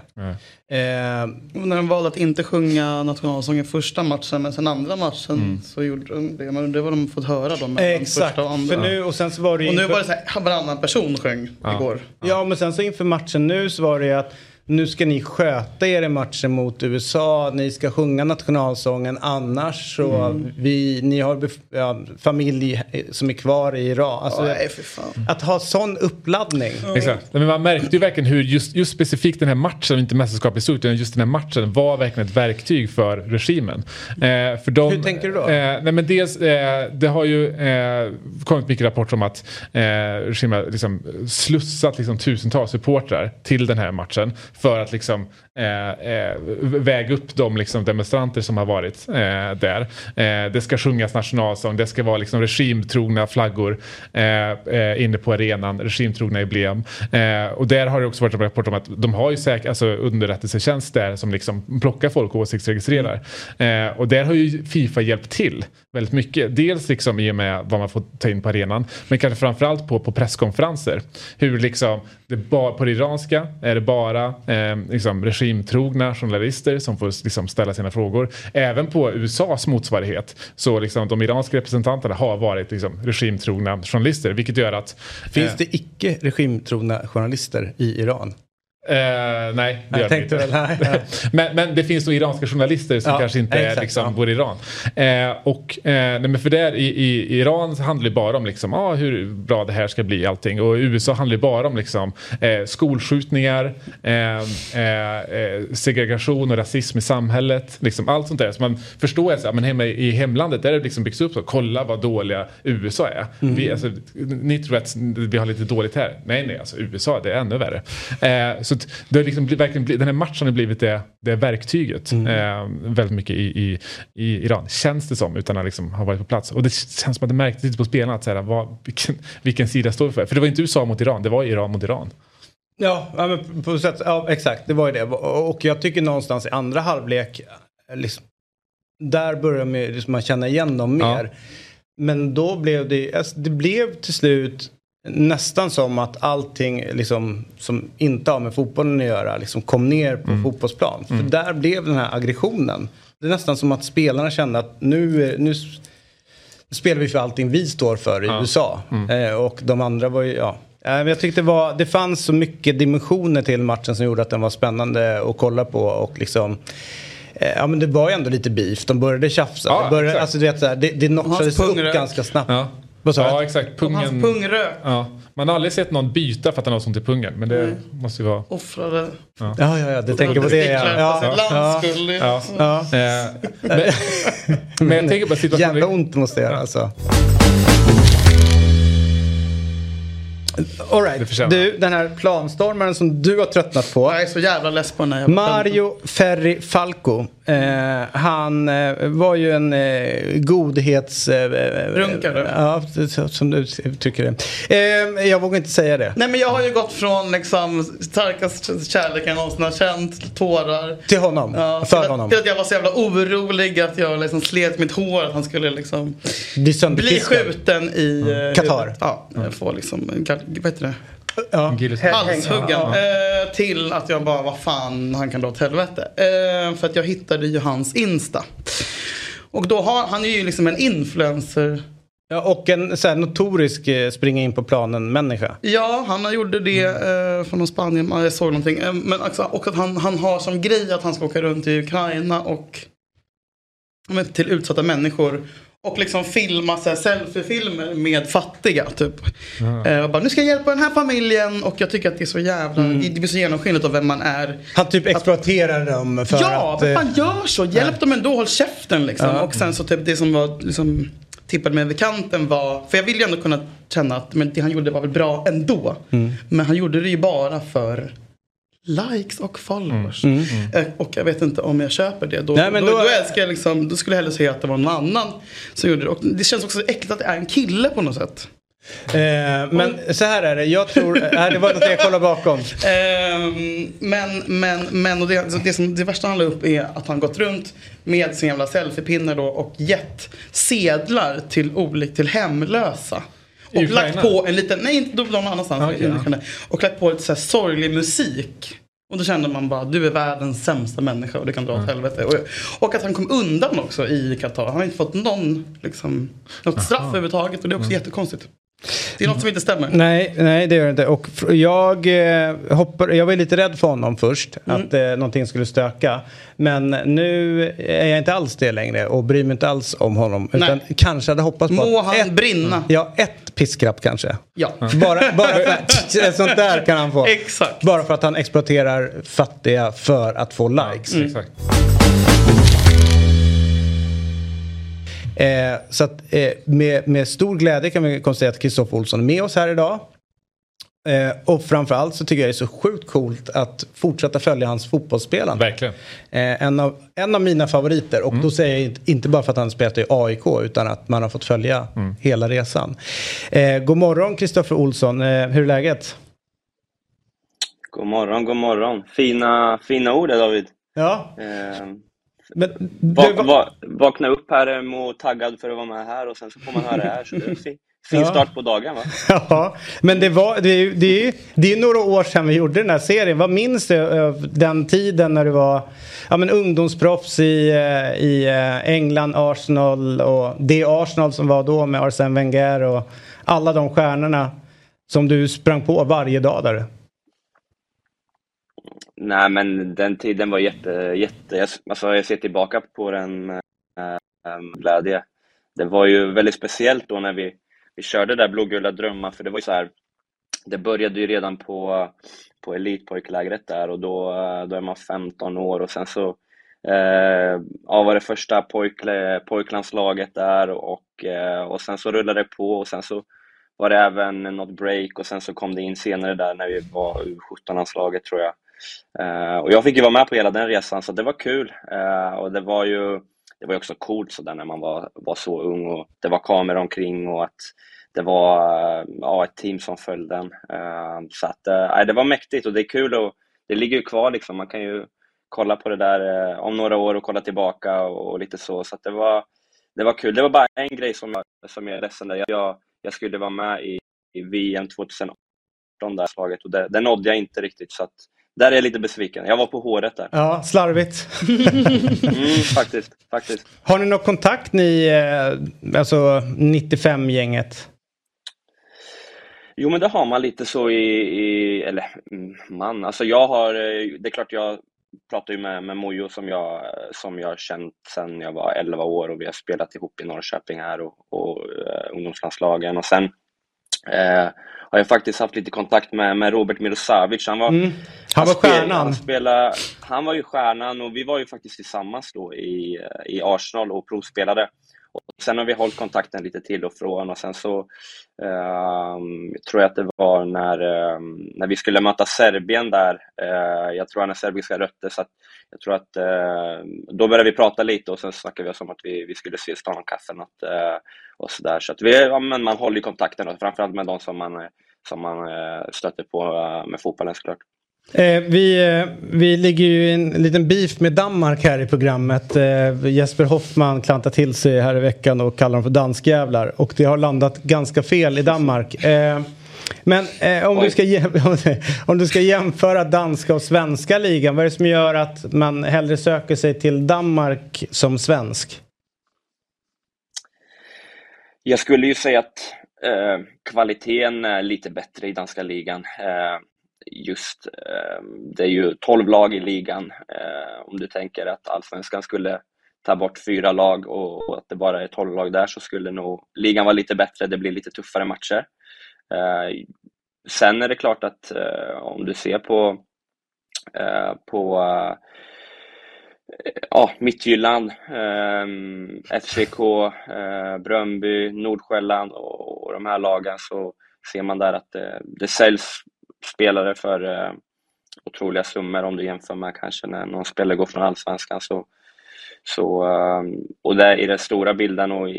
När de valde att inte sjunga nationalsången första matchen, men sen andra matchen så gjorde de det. Men det var de fått höra då. Exakt. Första och andra. För nu, och sen så var det nu var det så här, varannan person sjöng igår. Ja, men sen så inför matchen nu så var det att nu ska ni sköta er i matchen mot USA. Ni ska sjunga nationalsången. Annars så ni har familj som är kvar i Iran. Alltså, att ha sån uppladdning. Exakt. Men man märkte ju verkligen hur just specifikt den här matchen, inte mästerskap i stort, utan just den här matchen var verkligen ett verktyg för regimen. Hur tänker du då? Nej, men dels, det har ju kommit mycket rapporter om att regimen liksom slussat liksom tusentals supportrar till den här matchen för att liksom väga upp de liksom demonstranter som har varit där. Det ska sjungas nationalsång, det ska vara liksom regimtrogna flaggor inne på arenan, regimtrogna emblem. Och där har det också varit en rapport om att de har ju underrättelsetjänst där som liksom plockar folk och åsiktsregistrerar. Och där har ju FIFA hjälpt till väldigt mycket. Dels liksom i och med vad man får ta in på arenan, men kanske framförallt på presskonferenser. Hur liksom på det iranska är det bara liksom regimtrogna journalister som får liksom ställa sina frågor. Även på USAs motsvarighet så liksom de iranska representanterna har varit liksom regimtrogna journalister, vilket gör att... Finns det icke regimtrogna journalister i Iran? Nej, det gör det inte. Men det finns nog iranska journalister som kanske inte är liksom bor i Iran. Men för där i Iran handlar det bara om liksom, hur bra det här ska bli allting. Och i USA handlar det bara om liksom, skolskjutningar, segregation och rasism i samhället. Liksom, allt sånt där. Så man förstår att men hemma i hemlandet där det liksom byggs upp så. Kolla vad dåliga USA är. Ni tror att vi har lite dåligt här. Nej, alltså USA det är ännu värre. Så det har liksom verkligen den här matchen har blivit det verktyget väldigt mycket i Iran. Känns det som, utan att liksom ha varit på plats. Och det känns som att det märktes lite på spelarna att säga, vilken sida står för. För det var inte USA mot Iran, det var Iran mot Iran. Ja, men på sätt, exakt, det var ju det. Och jag tycker någonstans i andra halvlek liksom, där började man känna igen dem mer. Men då blev det blev till slut nästan som att allting liksom, som inte har med fotbollen att göra liksom kom ner på fotbollsplan. För där blev den här aggressionen. Det är nästan som att spelarna kände att nu spelar vi för allting vi står för i USA. Och de andra var ju, jag tyckte det fanns så mycket dimensioner till matchen som gjorde att den var spännande att kolla på. Och liksom, men det var ju ändå lite beef. De började tjafsa. Alltså, du vet, så här, det notchades upp ganska snabbt. Ja, exakt. Pungen, hans pungrök. Ja. Man har aldrig sett någon byta för att han har sånt i pungen. Men det måste ju vara... Offrade. Ja, det tänker på det. Men jag tänker på situationen... Jävla ont måste jag alltså. All right. Du, den här planstormaren som du har tröttnat på. Jag är så jävla less på den här. Mario Ferri Falco. Han var ju en runkare. Ja, som du tycker det. Jag vågar inte säga det. Nej, men jag har ju gått från liksom starkast kärlek jag någonsin har känt, tårar. Till honom? Ja, för honom? Till att jag var så jävla orolig att jag liksom slet mitt hår. Att han skulle liksom bli skjuten i Qatar. Få liksom, vad heter det? Halshuggen. Till att jag bara, vad fan, han kan dra åt helvete. För att jag hittade ju hans Insta. Och då han är ju liksom en influencer. Ja, och en så här notorisk springa in på planen människa. Ja, han gjorde det från Spanien. Jag såg någonting. Men också, och att han har som grej att han ska åka runt i Ukraina och till utsatta människor. Och liksom filma så här selfiefilmer med fattiga typ. Och bara, nu ska jag hjälpa den här familjen. Och jag tycker att det är så jävla det blir så genomskinligt av vem man är. Han typ exploaterar dem för att... men fan gör så. Hjälp dem ändå, håll käften liksom. Och sen så typ det som var liksom tippade mig över kanten var... För jag vill ju ändå kunna känna att men det han gjorde var väl bra ändå. Men han gjorde det ju bara för... likes och followers. Och jag vet inte om jag köper det. Då älskar jag liksom, då skulle jag hellre säga att det var någon annan som gjorde det. Och det känns också så äckligt att det är en kille på något sätt. Men så här är det. Jag tror det var något jag kollar bakom. Men och det värsta han la upp är att han gått runt med sin jävla selfiepinnar då och gett sedlar till hemlösa. Och lagt på en liten, nej inte någon annanstans. Och lagt på lite så här sorglig musik. Och då kände man bara, du är världens sämsta människa och det kan dra åt helvete. Och att han kom undan också i Qatar. Han har inte fått något straff överhuvudtaget och det är också jättekonstigt. Det är något som inte stämmer. Nej, det gör det inte. Och jag var lite rädd för honom först. Att någonting skulle stöka. Men nu är jag inte alls det längre. Och bryr mig inte alls om honom. Utan kanske hade hoppats på må han brinna. Ja, ett piskrapp kanske. Ja. Bara för sånt där kan han få. Exakt. Bara för att han exploaterar fattiga för att få likes. Exakt. Så att med stor glädje kan vi konstatera att Kristoffer Olsson är med oss här idag. Och framförallt så tycker jag det är så sjukt coolt att fortsätta följa hans fotbollsspelande. Verkligen. En av mina favoriter. Och då säger jag inte bara för att han spelar i AIK utan att man har fått följa hela resan. God morgon Kristoffer Olsson, hur är läget? God morgon. Fina ord David. Ja. Men vakna upp här och taggad för att vara med här och sen så får man höra det här så det är fin start på dagen va? Ja, men det är några år sedan vi gjorde den här serien. Vad minns du av den tiden när du var ungdomsproffs i England, Arsenal och det Arsenal som var då med Arsène Wenger och alla de stjärnorna som du sprang på varje dag där? Nej, men den tiden var jätte alltså jag ser tillbaka på den glädje. Det var ju väldigt speciellt då när vi körde där blågula drömmar, för det var ju så här, det började ju redan på elitpojklägret där och då är man 15 år och sen så var det första pojklandslaget där och sen så rullade det på och sen så var det även något break och sen så kom det in senare där när vi var U17-landslaget tror jag. Och jag fick ju vara med på hela den resan så det var kul och det var ju också coolt så där när man var så ung och det var kameror omkring och att det var ett team som följde den så att det var mäktigt och det är kul och det ligger ju kvar liksom, man kan ju kolla på det där om några år och kolla tillbaka och lite så. Så att det var kul. Det var bara en grej som jag är ledsen där. Jag skulle vara med i VM 2018 där slaget och det nådde jag inte riktigt, så att där är jag lite besviken. Jag var på håret där. Ja, slarvigt. Faktiskt. Har ni någon kontakt alltså 95-gänget? Jo, men det har man lite så alltså jag har, det är klart jag pratar ju med Mojo som jag har känt sedan jag var 11 år och vi har spelat ihop i Norrköping här och ungdomslandslagen, och sen har jag faktiskt haft lite kontakt med Robert Mirosavic. Han var stjärnan. Han var ju stjärnan och vi var ju faktiskt tillsammans då i Arsenal och provspelade. Och sen har vi hållit kontakten lite till och från, och sen så tror jag att det var när vi skulle möta Serbien där, jag tror han är serbiska rötter, så att jag tror att då började vi prata lite och sen snackade vi om att vi skulle ses, ta någon kaffe och sådär, så att men man håller i kontakten och framförallt med de som man stöter på med fotbollen såklart. Vi ligger ju i en liten beef med Danmark här i programmet. Jesper Hoffman klantar till sig här i veckan och kallar dem för danskjävlar. Och det har landat ganska fel i Danmark. Men om du ska jämföra danska och svenska ligan, vad är det som gör att man hellre söker sig till Danmark som svensk? Jag skulle ju säga att kvaliteten är lite bättre i danska ligan. Det är ju 12 lag i ligan. Om du tänker att allsvenskan skulle ta bort 4 lag och att det bara är 12 lag där, så skulle nog ligan vara lite bättre. Det blir lite tuffare matcher. Sen är det klart att om du ser på Midtjylland, FCK, Brøndby, Nordsjälland och de här lagen, så ser man där att det säljs spelare för otroliga summor om du jämför med kanske när någon spelare går från allsvenskan, så och där i den stora bilden och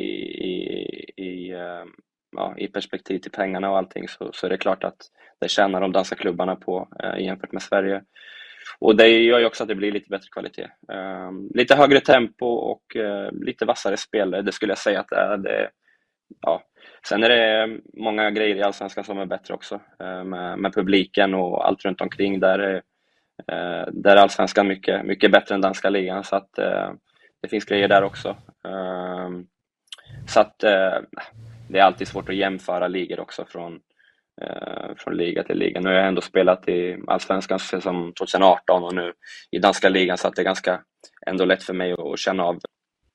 i perspektiv till pengarna och allting, så är det klart att det tjänar de danska klubbarna på jämfört med Sverige. Och det gör ju också att det blir lite bättre kvalitet. Lite högre tempo och lite vassare spelare, det skulle jag säga att det ja. Sen är det många grejer i allsvenskan som är bättre också, med publiken och allt runt omkring. Där är allsvenskan mycket bättre än danska ligan, så att det finns grejer där också. Så att det är alltid svårt att jämföra ligor också från liga till liga. Nu har jag ändå spelat i allsvenskan som 2018 och nu i danska ligan, så att det är ganska ändå lätt för mig att känna av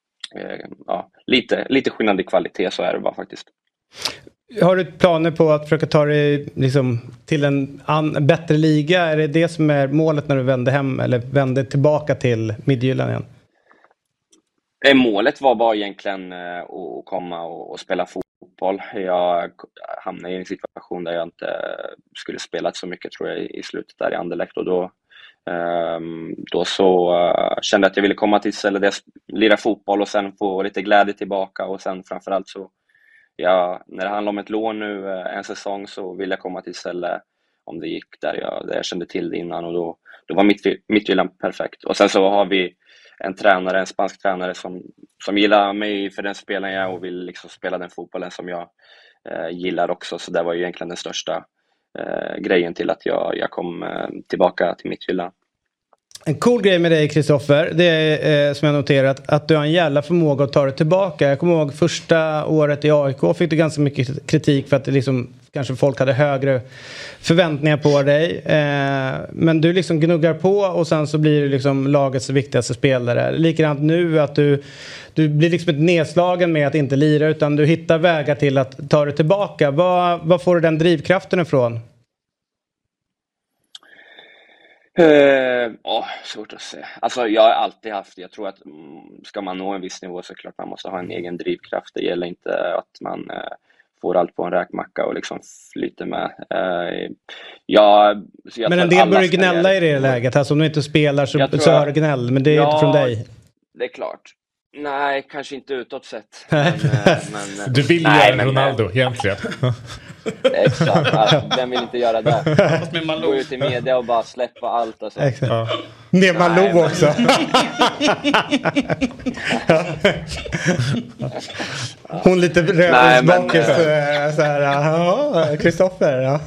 lite skillnad i kvalitet, så är det bara faktiskt. Har du planer på att försöka ta dig liksom till en bättre liga? Är det som är målet när du vänder hem eller vänder tillbaka till Midtjylland igen? Målet var bara egentligen att komma och spela fotboll. Jag hamnade i en situation där jag inte skulle spela så mycket, tror jag, i slutet där i Anderlecht, och då så kände jag att jag ville komma till stället där jag lira fotboll och sen få lite glädje tillbaka, och sen framförallt så när det handlar om ett lån nu en säsong, så vill jag komma till ställe om det gick där jag kände till det innan, och då var Midtjylland perfekt. Och sen så har vi en spansk tränare som gillar mig för den spelaren jag och vill liksom spela den fotbollen som jag gillar också, så det var ju egentligen den största grejen till att jag kom tillbaka till Midtjylland. En cool grej med dig, Kristoffer, det är som jag noterat att du har en jävla förmåga att ta det tillbaka. Jag kommer ihåg första året i AIK fick du ganska mycket kritik för att det liksom, kanske folk hade högre förväntningar på dig. Men du liksom gnuggar på och sen så blir du liksom lagets viktigaste spelare. Likadant nu att du blir liksom ett nedslagen med att inte lira, utan du hittar vägar till att ta det tillbaka. Vad får du den drivkraften ifrån? Svårt att säga. Alltså jag har alltid haft, jag tror att ska man nå en viss nivå så klart man måste ha en egen drivkraft. Det gäller inte att man får allt på en räkmacka och liksom flyter med. Men en del börjar gnälla i det läget. Alltså om du inte spelar så är det gnäll, men det är inte från dig. Det är klart. Nej, kanske inte utåt sett. Du vill göra Ronaldo egentligen. Exakt, alltså, vem vill inte göra det? Gå ut i media och bara släppa allt och så. Ja. Med Malou också. Hon lite rödhusbakis såhär, Kristoffer, ja.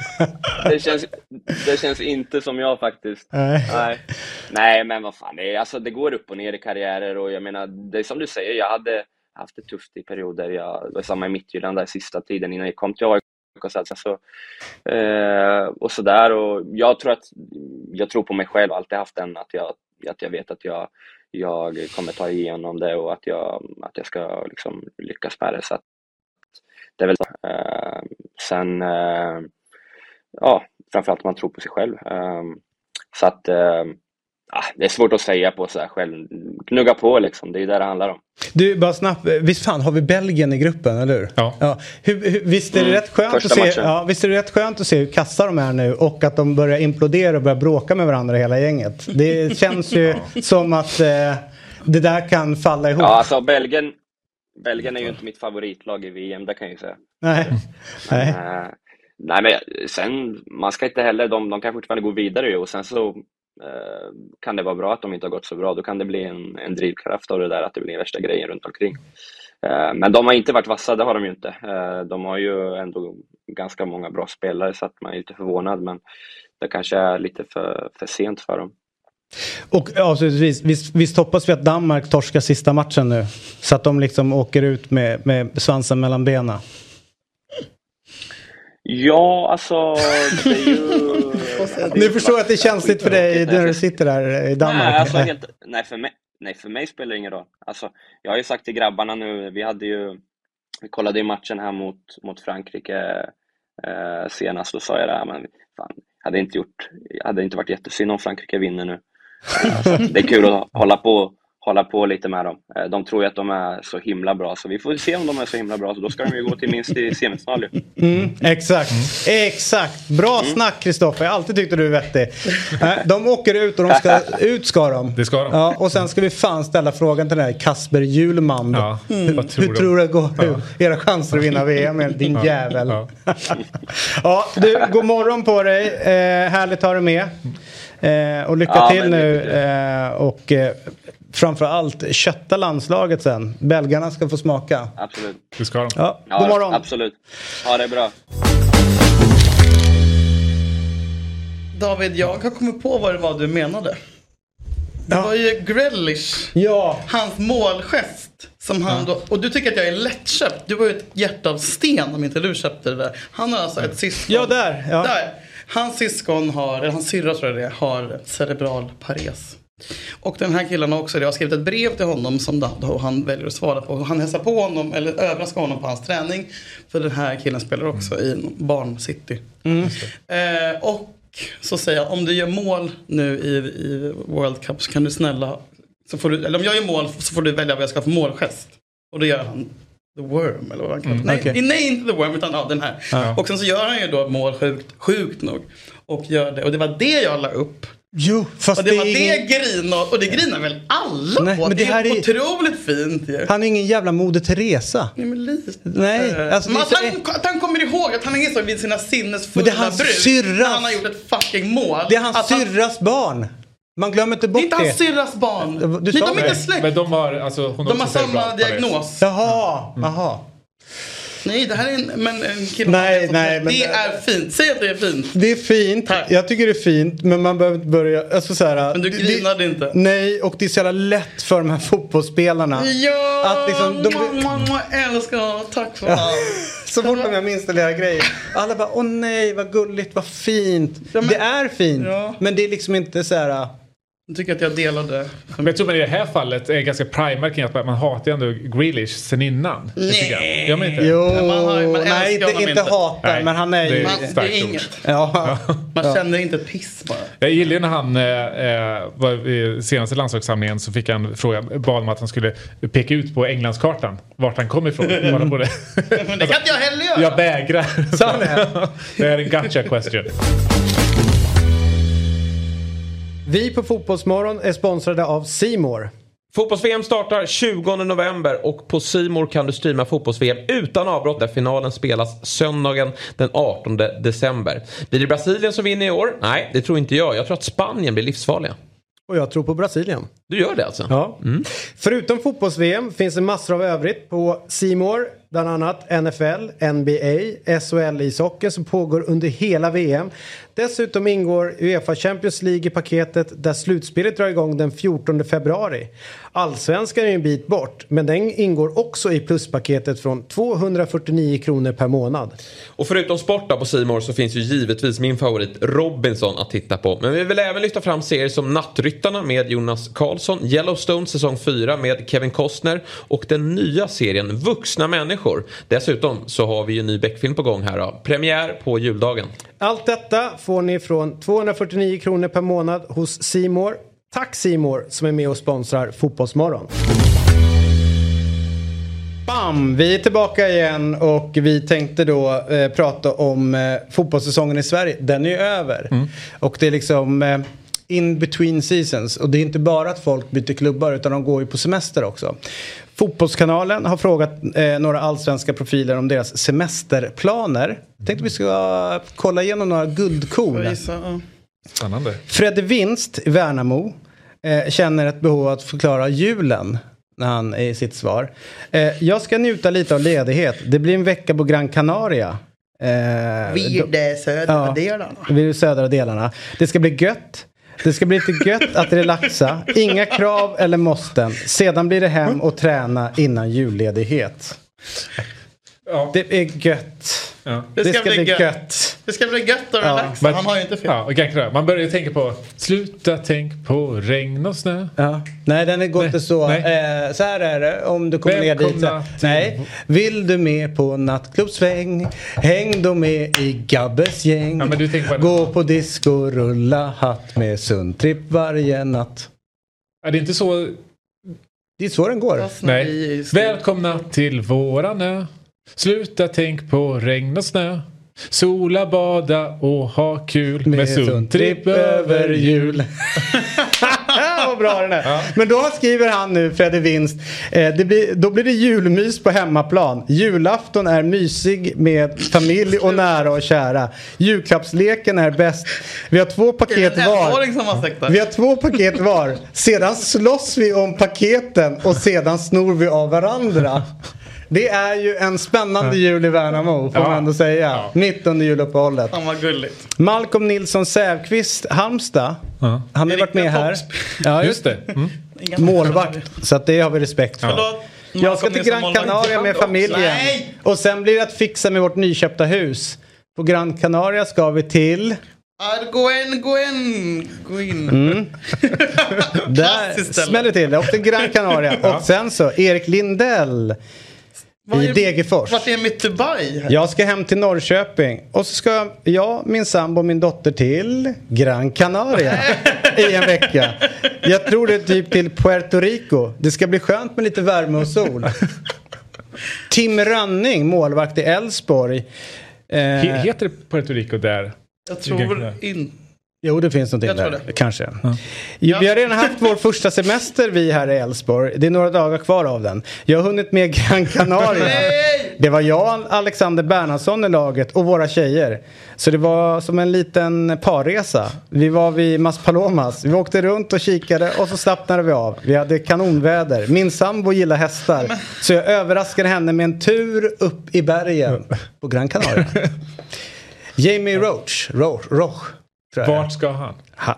Det känns inte som jag faktiskt. Nej, men vad fan, det går upp och ner i karriärer och jag menar, det är som du säger, jag hade haft det tufft i perioder. Jag var samma i Midtjylland där sista tiden innan jag kom till AIK och sådär, och jag tror på mig själv, alltid haft den att jag vet att jag kommer ta igenom det och att jag ska liksom lyckas med det, så att det är väl sen framförallt man tror på sig själv, så att det är svårt att säga på så här själv. Knugga på liksom, det är där det handlar om. Du, bara snabbt, visst fan har vi Belgien i gruppen, eller hur? Ja. Visst är det rätt skönt att se, visst är det rätt skönt att se hur kassa de är nu och att de börjar implodera och börja bråka med varandra hela gänget. Det känns ju som att det där kan falla ihop. Ja, alltså Belgien är ju inte mitt favoritlag i VM, det kan jag ju säga. Nej, men sen, man ska inte heller, de kan fortfarande gå vidare ju, och sen så kan det vara bra att de inte har gått så bra. Då kan det bli en drivkraft av det där, att det blir värsta grejen runt omkring. Men de har inte varit vassa, det har de ju inte. De har ju ändå ganska många bra spelare, så att man är lite förvånad, men det kanske är lite för sent för dem. Och avslutningsvis, visst hoppas vi att Danmark torskar sista matchen nu, så att de liksom åker ut med svansen mellan benen. Ja, alltså det är ju... Nu förstår jag att det är känsligt för dig när du sitter där i Danmark. Nej, för mig spelar det ingen roll. Alltså, jag har ju sagt till grabbarna nu, vi kollade i matchen här mot Frankrike senast, och sa jag det, men fan, hade inte varit jättesynd om Frankrike vinner nu. Så det är kul att hålla på lite med dem. De tror ju att de är så himla bra, så vi får se om de är så himla bra, så då ska de ju gå till minst i semifinal. Exakt. Bra snack, Kristoffer. Jag har alltid tyckt att du är vettig. De åker ut och de ska ut, ska de. Det ska de. Ja, och sen ska vi fan ställa frågan till den här Kasper Hjulman. Ja, hur tror du det går? Era chanser att vinna VM, din jävel. Ja, du, god morgon på dig. Härligt att ha dig med. Och lycka till nu. Och framförallt kötta landslaget sen. Belgarna ska få smaka. Absolut. Det ska de. Ja, god morgon. Absolut. Ha det bra. David, jag har kommit på vad det var du menade. Det var ju Grealish. Ja. Hans målgest som han då, och du tycker att jag är lättköpt. Du var ju ett hjärta av sten om inte du köpte det där. Han har alltså ett syskon. Ja, där. Hans syskon hans syrra tror jag det har cerebral pares. Och den här killen har också, jag har skrivit ett brev till honom som och han väljer att svara på. Han hälsar på honom, eller överraskar honom på hans träning. För den här killen spelar också i Barn City. Och så säger jag, om du gör mål nu i World Cup så kan du snälla, så får du, eller om jag gör mål så får du välja vad jag ska få målgest. Och då gör han The Worm, eller vad han kallar. Nej, inte The Worm, utan den här. Och sen så gör han ju då mål sjukt nog. Och gör det. Och det var det jag la upp. Jo, fast och det var det grinar, och det grinar väl alla. Nej, på. Men det här är otroligt fint ju. Han är ingen jävla Moder Teresa. Nej, men lite. Nej, alltså, att han kommer ihåg att han är så vid sina sinnesfulla bruk. Han har gjort ett fucking mål. Det är hans syrras barn. Man glömmer inte bort det. Det är inte hans syrras barn. De är inte släkt. Men de har samma diagnos. Jaha. Nej, det här är en kille. Nej, det är fint. Säg att det är fint. Det är fint. Tack. Jag tycker det är fint, men man behöver inte börja alltså, så här, men du grinade inte. Nej, och det är så jävla lätt för de här fotbollsspelarna. Ja, att liksom, mamma älskar. Tack för allt. Så fort de jag installerar grejer. Alla bara, åh nej, vad gulligt, vad fint. Ja, men, det är fint, men det är liksom inte så här. Jag tycker att jag delade. Men jag tror att i det här fallet är ganska primär kring att man hatar ändå Grealish sen innan. Nej. Jag menar inte. Jo, nej, inte hatar, nej, men han är ju... Det är inget. Ja. Man känner inte ett piss bara. Jag gillar ju när han var i senaste landslagssamlingen, så fick han bad om att han skulle peka ut på Englandskartan vart han kom ifrån. Men det kan inte jag heller göra. Jag vägrar. Det är en gotcha question. Vi på Fotbollsmorgon är sponsrade av C More. Fotbolls-VM startar 20 november och på C More kan du streama fotbolls-VM utan avbrott där finalen spelas söndagen den 18 december. Blir det Brasilien som vinner i år? Nej, det tror inte jag. Jag tror att Spanien blir livsfarliga. Och jag tror på Brasilien. Du gör det alltså? Ja. Förutom fotbolls-VM finns det massor av övrigt på C More. Bland annat NFL, NBA, SHL-ishockey som pågår under hela VM. Dessutom ingår UEFA Champions League i paketet där slutspelet drar igång den 14 februari. Allsvenskan är en bit bort, men den ingår också i pluspaketet från 249 kronor per månad. Och förutom sporta på C More så finns ju givetvis min favorit Robinson att titta på. Men vi vill även lyfta fram serier som Nattryttarna med Jonas Karlsson, Yellowstone säsong 4 med Kevin Costner och den nya serien Vuxna människor. Dessutom så har vi ju en ny Beck-film på gång här då. Premiär på juldagen. Allt detta får ni från 249 kronor per månad hos C More. Tack C More som är med och sponsrar Fotbollsmorgon. Bam! Vi är tillbaka igen och vi tänkte då prata om fotbollssäsongen i Sverige. Den är ju över. Och det är liksom in between seasons. Och det är inte bara att folk byter klubbar utan de går ju på semester också. Fotbollskanalen har frågat några allsvenska profiler om deras semesterplaner. Jag tänkte vi ska kolla igenom några guldkorn. Spännande. Fredde Winst i Värnamo känner ett behov att förklara julen när han är i sitt svar. Jag ska njuta lite av ledighet. Det blir en vecka på Gran Canaria. Vid de södra delarna. Vid de södra delarna. Det ska bli gött. Det ska bli lite gött att relaxa. Inga krav eller måsten. Sedan blir det hem och träna innan julledighet. Ja. Det är gött. Ja. Det ska bli gött. Det ska bli gött att relaxa. Han har ju inte fel. Ja, och man börjar ju tänka på sluta tänk på regn och snö. Ja. Nej, den går inte så. Så här är det. Om du kommer ner dit. Nej. Vill du med på nattklubbsväng? Häng då med i Gabbes gäng. Ja, gå på disco, rulla hatt med Sundtripp varje natt. Är det inte så? Det är så den går. Nej. Välkomna till våran ö. Sluta tänk på regn och snö. Sola, bada och ha kul med Sundtripp över jul. Vad bra den är. Ja. Men då skriver han nu, Fredde Winst, då blir det julmys på hemmaplan. Julafton är mysig med familj och nära och kära. Julklappsleken är bäst. Vi har 2 paket var. Vi har 2 paket var. Sedan slåss vi om paketen och sedan snor vi av varandra. Det är ju en spännande jul i Värnamo, får man ändå säga. Ja. 19 juluppehållet. Han var gulligt. Malcolm Nilsson Sävqvist, Halmstad. Han har varit med här. Ja, just det. Målvakt. Så att det har vi respekt för. Jag ska till Gran Canaria med familjen. Nej! Och sen blir det att fixa med vårt nyköpta hus. På Gran Canaria ska vi till... Gå in. Där smäller till det. Och till Gran Canaria. Och sen så, Erik Lindell. I Degerfors. Vart är mitt Dubai? Jag ska hem till Norrköping. Och så ska jag, min sambo och min dotter till Gran Canaria i en vecka. Jag tror det är typ till Puerto Rico. Det ska bli skönt med lite värme och sol. Tim Rönning, målvakt i Elfsborg. Heter det Puerto Rico där? Jag tror inte. Jo, det finns någonting där. Kanske. Vi har redan haft vår första semester vi här i Elfsborg. Det är några dagar kvar av den. Jag har hunnit med Gran Canaria. Det var jag, Alexander Bernhardsson i laget och våra tjejer. Så det var som en liten parresa. Vi var vid Mas Palomas. Vi åkte runt och kikade och så slappnade vi av. Vi hade kanonväder. Min sambo gillar hästar. Så jag överraskade henne med en tur upp i bergen på Gran Canaria. Jamie Roach. Vart ska han?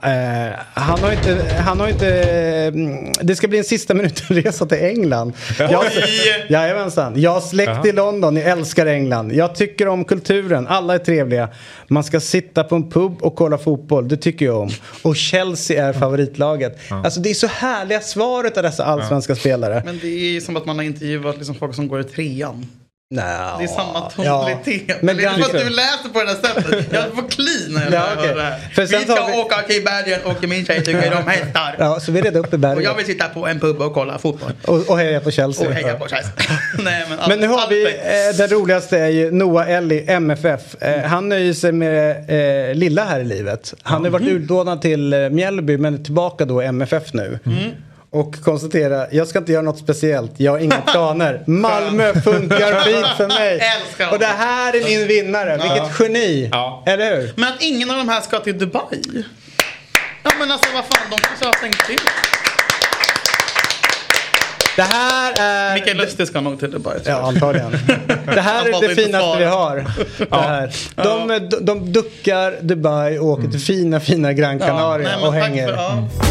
Han har inte det ska bli en sista minutenresa till England. Jajamensan. Jag har släkt i London. Jag älskar England. Jag tycker om kulturen. Alla är trevliga. Man ska sitta på en pub och kolla fotboll. Det tycker jag om. Och Chelsea är favoritlaget. Alltså det är så härliga svaret av dessa allsvenska spelare. Men det är som att man har intervjuat liksom folk som går i 3:an. No. Det är samma tonalitet. Men det är för att du läser på det här sättet. Jag får clean när jag hör det här. Vi ska åka till bergen och min tjej tycker de hästar. Ja, så vi redde upp i bergen. Och jag vill sitta på en pub och kolla fotboll. Och heja på Chelsea. Nej, men nu har vi, den roligaste är ju Noah Ellie, MFF. Han nöjer sig med lilla här i livet. Han har varit utlånad till Mjällby men är tillbaka då i MFF nu. och konstatera, jag ska inte göra något speciellt, jag har inga planer. Malmö funkar fint för mig. Och det här är min vinnare, vilket geni. Eller hur? Men att ingen av de här ska till Dubai. Ja men alltså vad fan, de kanske har tänkt till. Det här är... Mikael Lustig ska nog till Dubai. Ja, antagligen. Det här är det finaste vi har. De duckar Dubai och åker till fina Gran Canaria och hänger.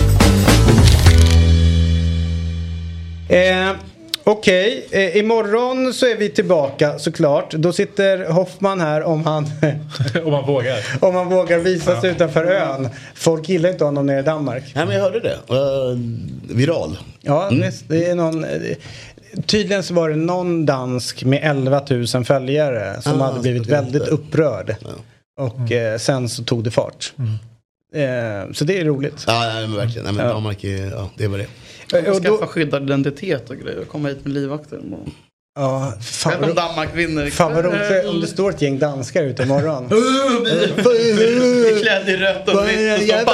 Okej, imorgon så är vi tillbaka såklart. Då sitter Hoffman här om han vågar. Om han vågar visa sig utanför ön. Folk gillar inte honom nere i Danmark. Nej, men jag hörde det. Viral. Ja, det är någon... Tydligen så var det någon dansk med 11 000 följare som hade blivit väldigt upprörd. Och sen så tog det fart. Så det är roligt. Ja, men verkligen. Nej, men Danmark är, det var det. Och skaffa skyddad identitet och grejer. Komma hit med livvakter. Ja, fan Danmark vinner. Fan vad roligt om det står ett gäng danskar ute imorgon. Vi klädde i rött och vitt och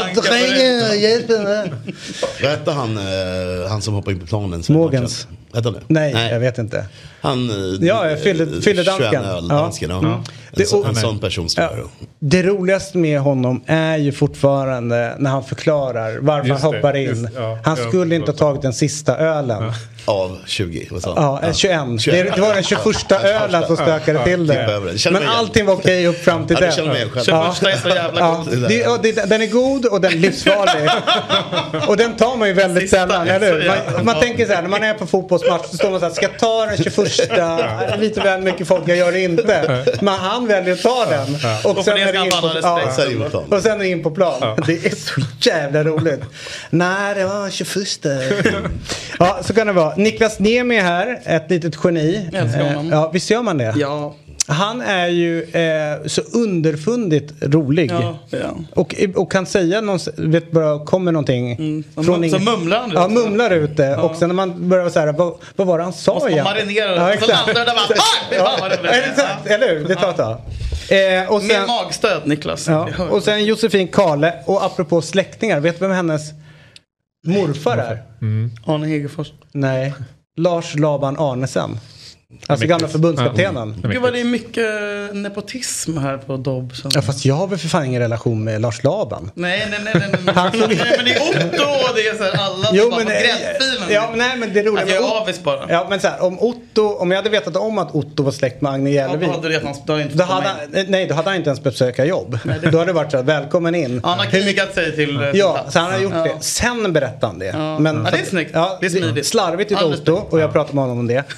vad hette han som hoppade in på planen? Morgans. Nej, jag vet inte. Han fyllde dansken. En sån person det roligaste med honom är ju fortfarande när han förklarar varför han hoppar in. Han skulle inte ha tagit den sista ölen. Av 20. 21. Det var den 21 ölen som stökade till det. Men allting var okej upp fram till den. 21 är så jävla god. Den är god och den är livsfarlig. Och den tar man ju väldigt sällan, eller hur? Man tänker så här, när man är på fotbollsmatch så står man så här, ska jag ta den 21? Lite väl mycket folk, jag gör det inte. Men han väljer att ta den. Och sen är det in på plan. Det är så jävla roligt. Nej, det var 21. Ja, så kan det vara. Niklas Niemi är här, ett litet geni. Ja, visst gör man det? Ja. Han är ju så underfundigt rolig. Och kan säga kommer någonting från så mumlar han ut. Ja, mumlar ut det. Och sen när man börjar så här, vad var det han sa igen? Marinera. Så landar det bara. Eller hur? Det tar ett tag. Och sen, med magstöd, Niklas. Och sen Josefin Karle. Och apropå släktingar, vet du vem hennes morfar är? Arne Hegerfors. Nej, Lars Laban Arnesen. Alltså gamla förbundskaptenen. Gud vad det är mycket nepotism här på Dobb. Ja, fast jag har väl för fan ingen relation med Lars Laban. Nej. Men det är Otto och det är så här alla som bara på gräddfilen. Ja, men nej, men det är roligt. Jag är avis bara. Ja, men så här, om jag hade vetat om att Otto var släkt med Agne Jelvik. Då hade han inte ens besöka jobb. Då hade det varit så här, välkommen in. Han har krigat sig till. Ja, så han har gjort det. Sen berättade han det. Men, det är snyggt. Ja, det är smidigt. Slarvigt till Otto och jag pratade med honom om det.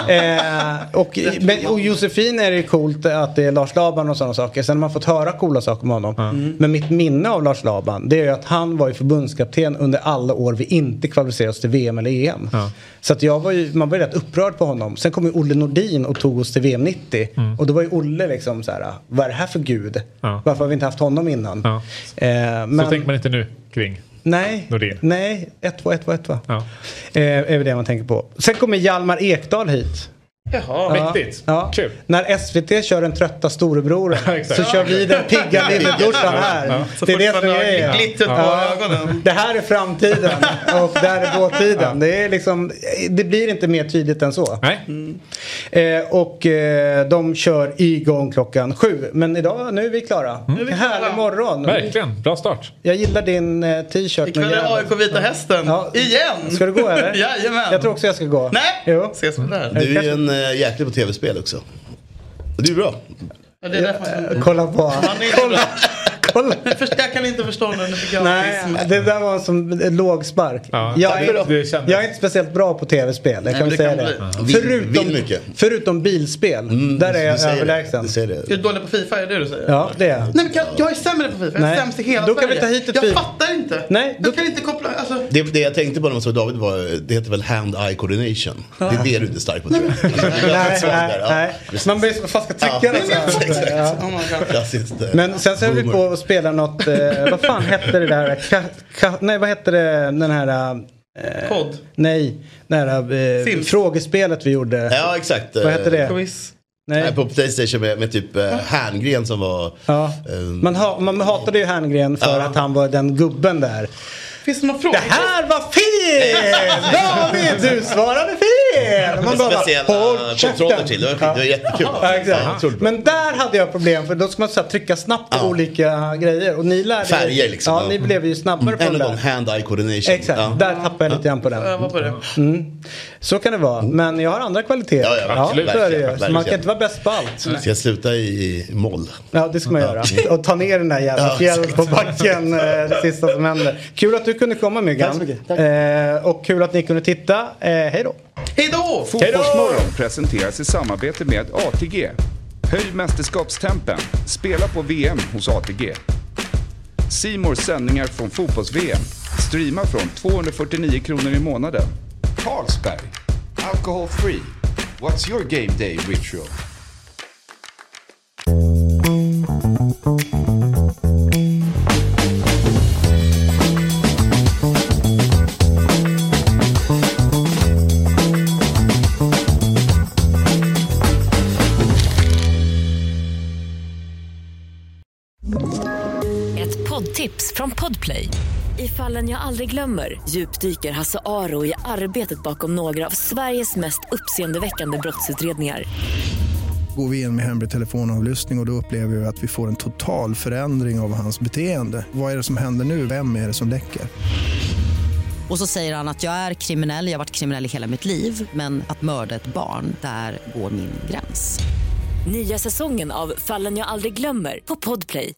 Och Josefin är det coolt att det är Lars Laban och sådana saker. Sen har man fått höra coola saker med honom. Men mitt minne av Lars Laban, det är ju att han var ju förbundskapten under alla år vi inte kvalificerade oss till VM eller EM. Så att man var ju rätt upprörd på honom. Sen kom ju Olle Nordin och tog oss till VM 90. Och då var ju Olle liksom så här, vad är det här för gud? Varför har vi inte haft honom innan? Men, så tänker man inte nu kring Nej, Nordin. Nej, 1-2. Är väl det man tänker på. Sen kommer Hjalmar Ekdal hit. Jaha, mäktigt. Ja. Kul. När SVT kör den trötta storebroren så kör vi den pigga lillebrorsan här. Det är det som är glittret på ögonen. Det här är framtiden och det här är dåtiden. Det är liksom, det blir inte mer tydligt än så. Nej. Och de kör igång 7:00. Men idag, nu är vi klara. Härlig morgon. Verkligen, bra start. Jag gillar din t-shirt. Ikväll är AIK Vita Hästen. Igen. Ska du gå eller? Jajamän. Jag tror också jag ska gå. Nej, jo. ses med där. Du är en jäklig på tv-spel också. Det är bra. Ja, det är därför kolla på. Kolla. Jag kan inte förstå när det. Nej, det där var som en låg spark. Jag är inte speciellt bra på tv-spel. Jag kan väl säga det. Förutom bilspel. Där är jag överlägsen. Du är dålig på FIFA, är det du säger? Ja, det är jag. Nej, men jag är sämre på FIFA. Jag är sämst i hela Sverige. Då kan vi ta hit ett jag fattar inte. Nej, jag kan inte koppla. Alltså. Det jag tänkte på när man såg David var, det heter väl hand-eye coordination. Det är det du inte är stark på, tror jag. Nej. Man blir fast ska trycka det. Men sen så höll vi på att spela något, vad fan hette det där? Nej, vad hette det, den här... Kod? Nej, det här frågespelet vi gjorde. Ja, exakt. Vad hette det? Quiz. Nej. På PlayStation med typ Herngren som var... Ja. Man hatade ju Herngren för att han var den gubben där. Finns det någon fråga? Det här var David, du svarade fel! Man bara, speciella kontroller till. Det var jättekul. Men där hade jag problem, för då ska man så här, trycka snabbt på olika grejer. Och ni lärde färger liksom. Ja, ni blev ju snabbare på det. Hand-eye coordination. Exakt, där tappade jag lite grann på den. Jag var på det. Så kan det vara, men jag har andra kvaliteter. Absolut. Så är det ju. Så man kan inte vara bäst på allt. Ska jag sluta i moll? Ja, det ska man göra. Och ta ner den där jävla fjället på backen, det sista som händer. Kul att du kunde komma, Myggan. Och kul att ni kunde titta. Hej då! Hej då! Fotbollsmorgon presenteras i samarbete med ATG. Höj mästerskapstempen. Spela på VM hos ATG. C More sändningar från fotbolls-VM. Streama från 249 kronor i månaden. Carlsberg. Alcohol free. What's your game day ritual? Tips från Podplay. I Fallen jag aldrig glömmer djupdyker Hasse Aro i arbetet bakom några av Sveriges mest uppseendeväckande brottsutredningar. Går vi in med hemlig telefonavlyssning och då upplever vi att vi får en total förändring av hans beteende. Vad är det som händer nu? Vem är det som läcker? Och så säger han att jag är kriminell, jag har varit kriminell i hela mitt liv. Men att mörda ett barn, där går min gräns. Nya säsongen av Fallen jag aldrig glömmer på Podplay.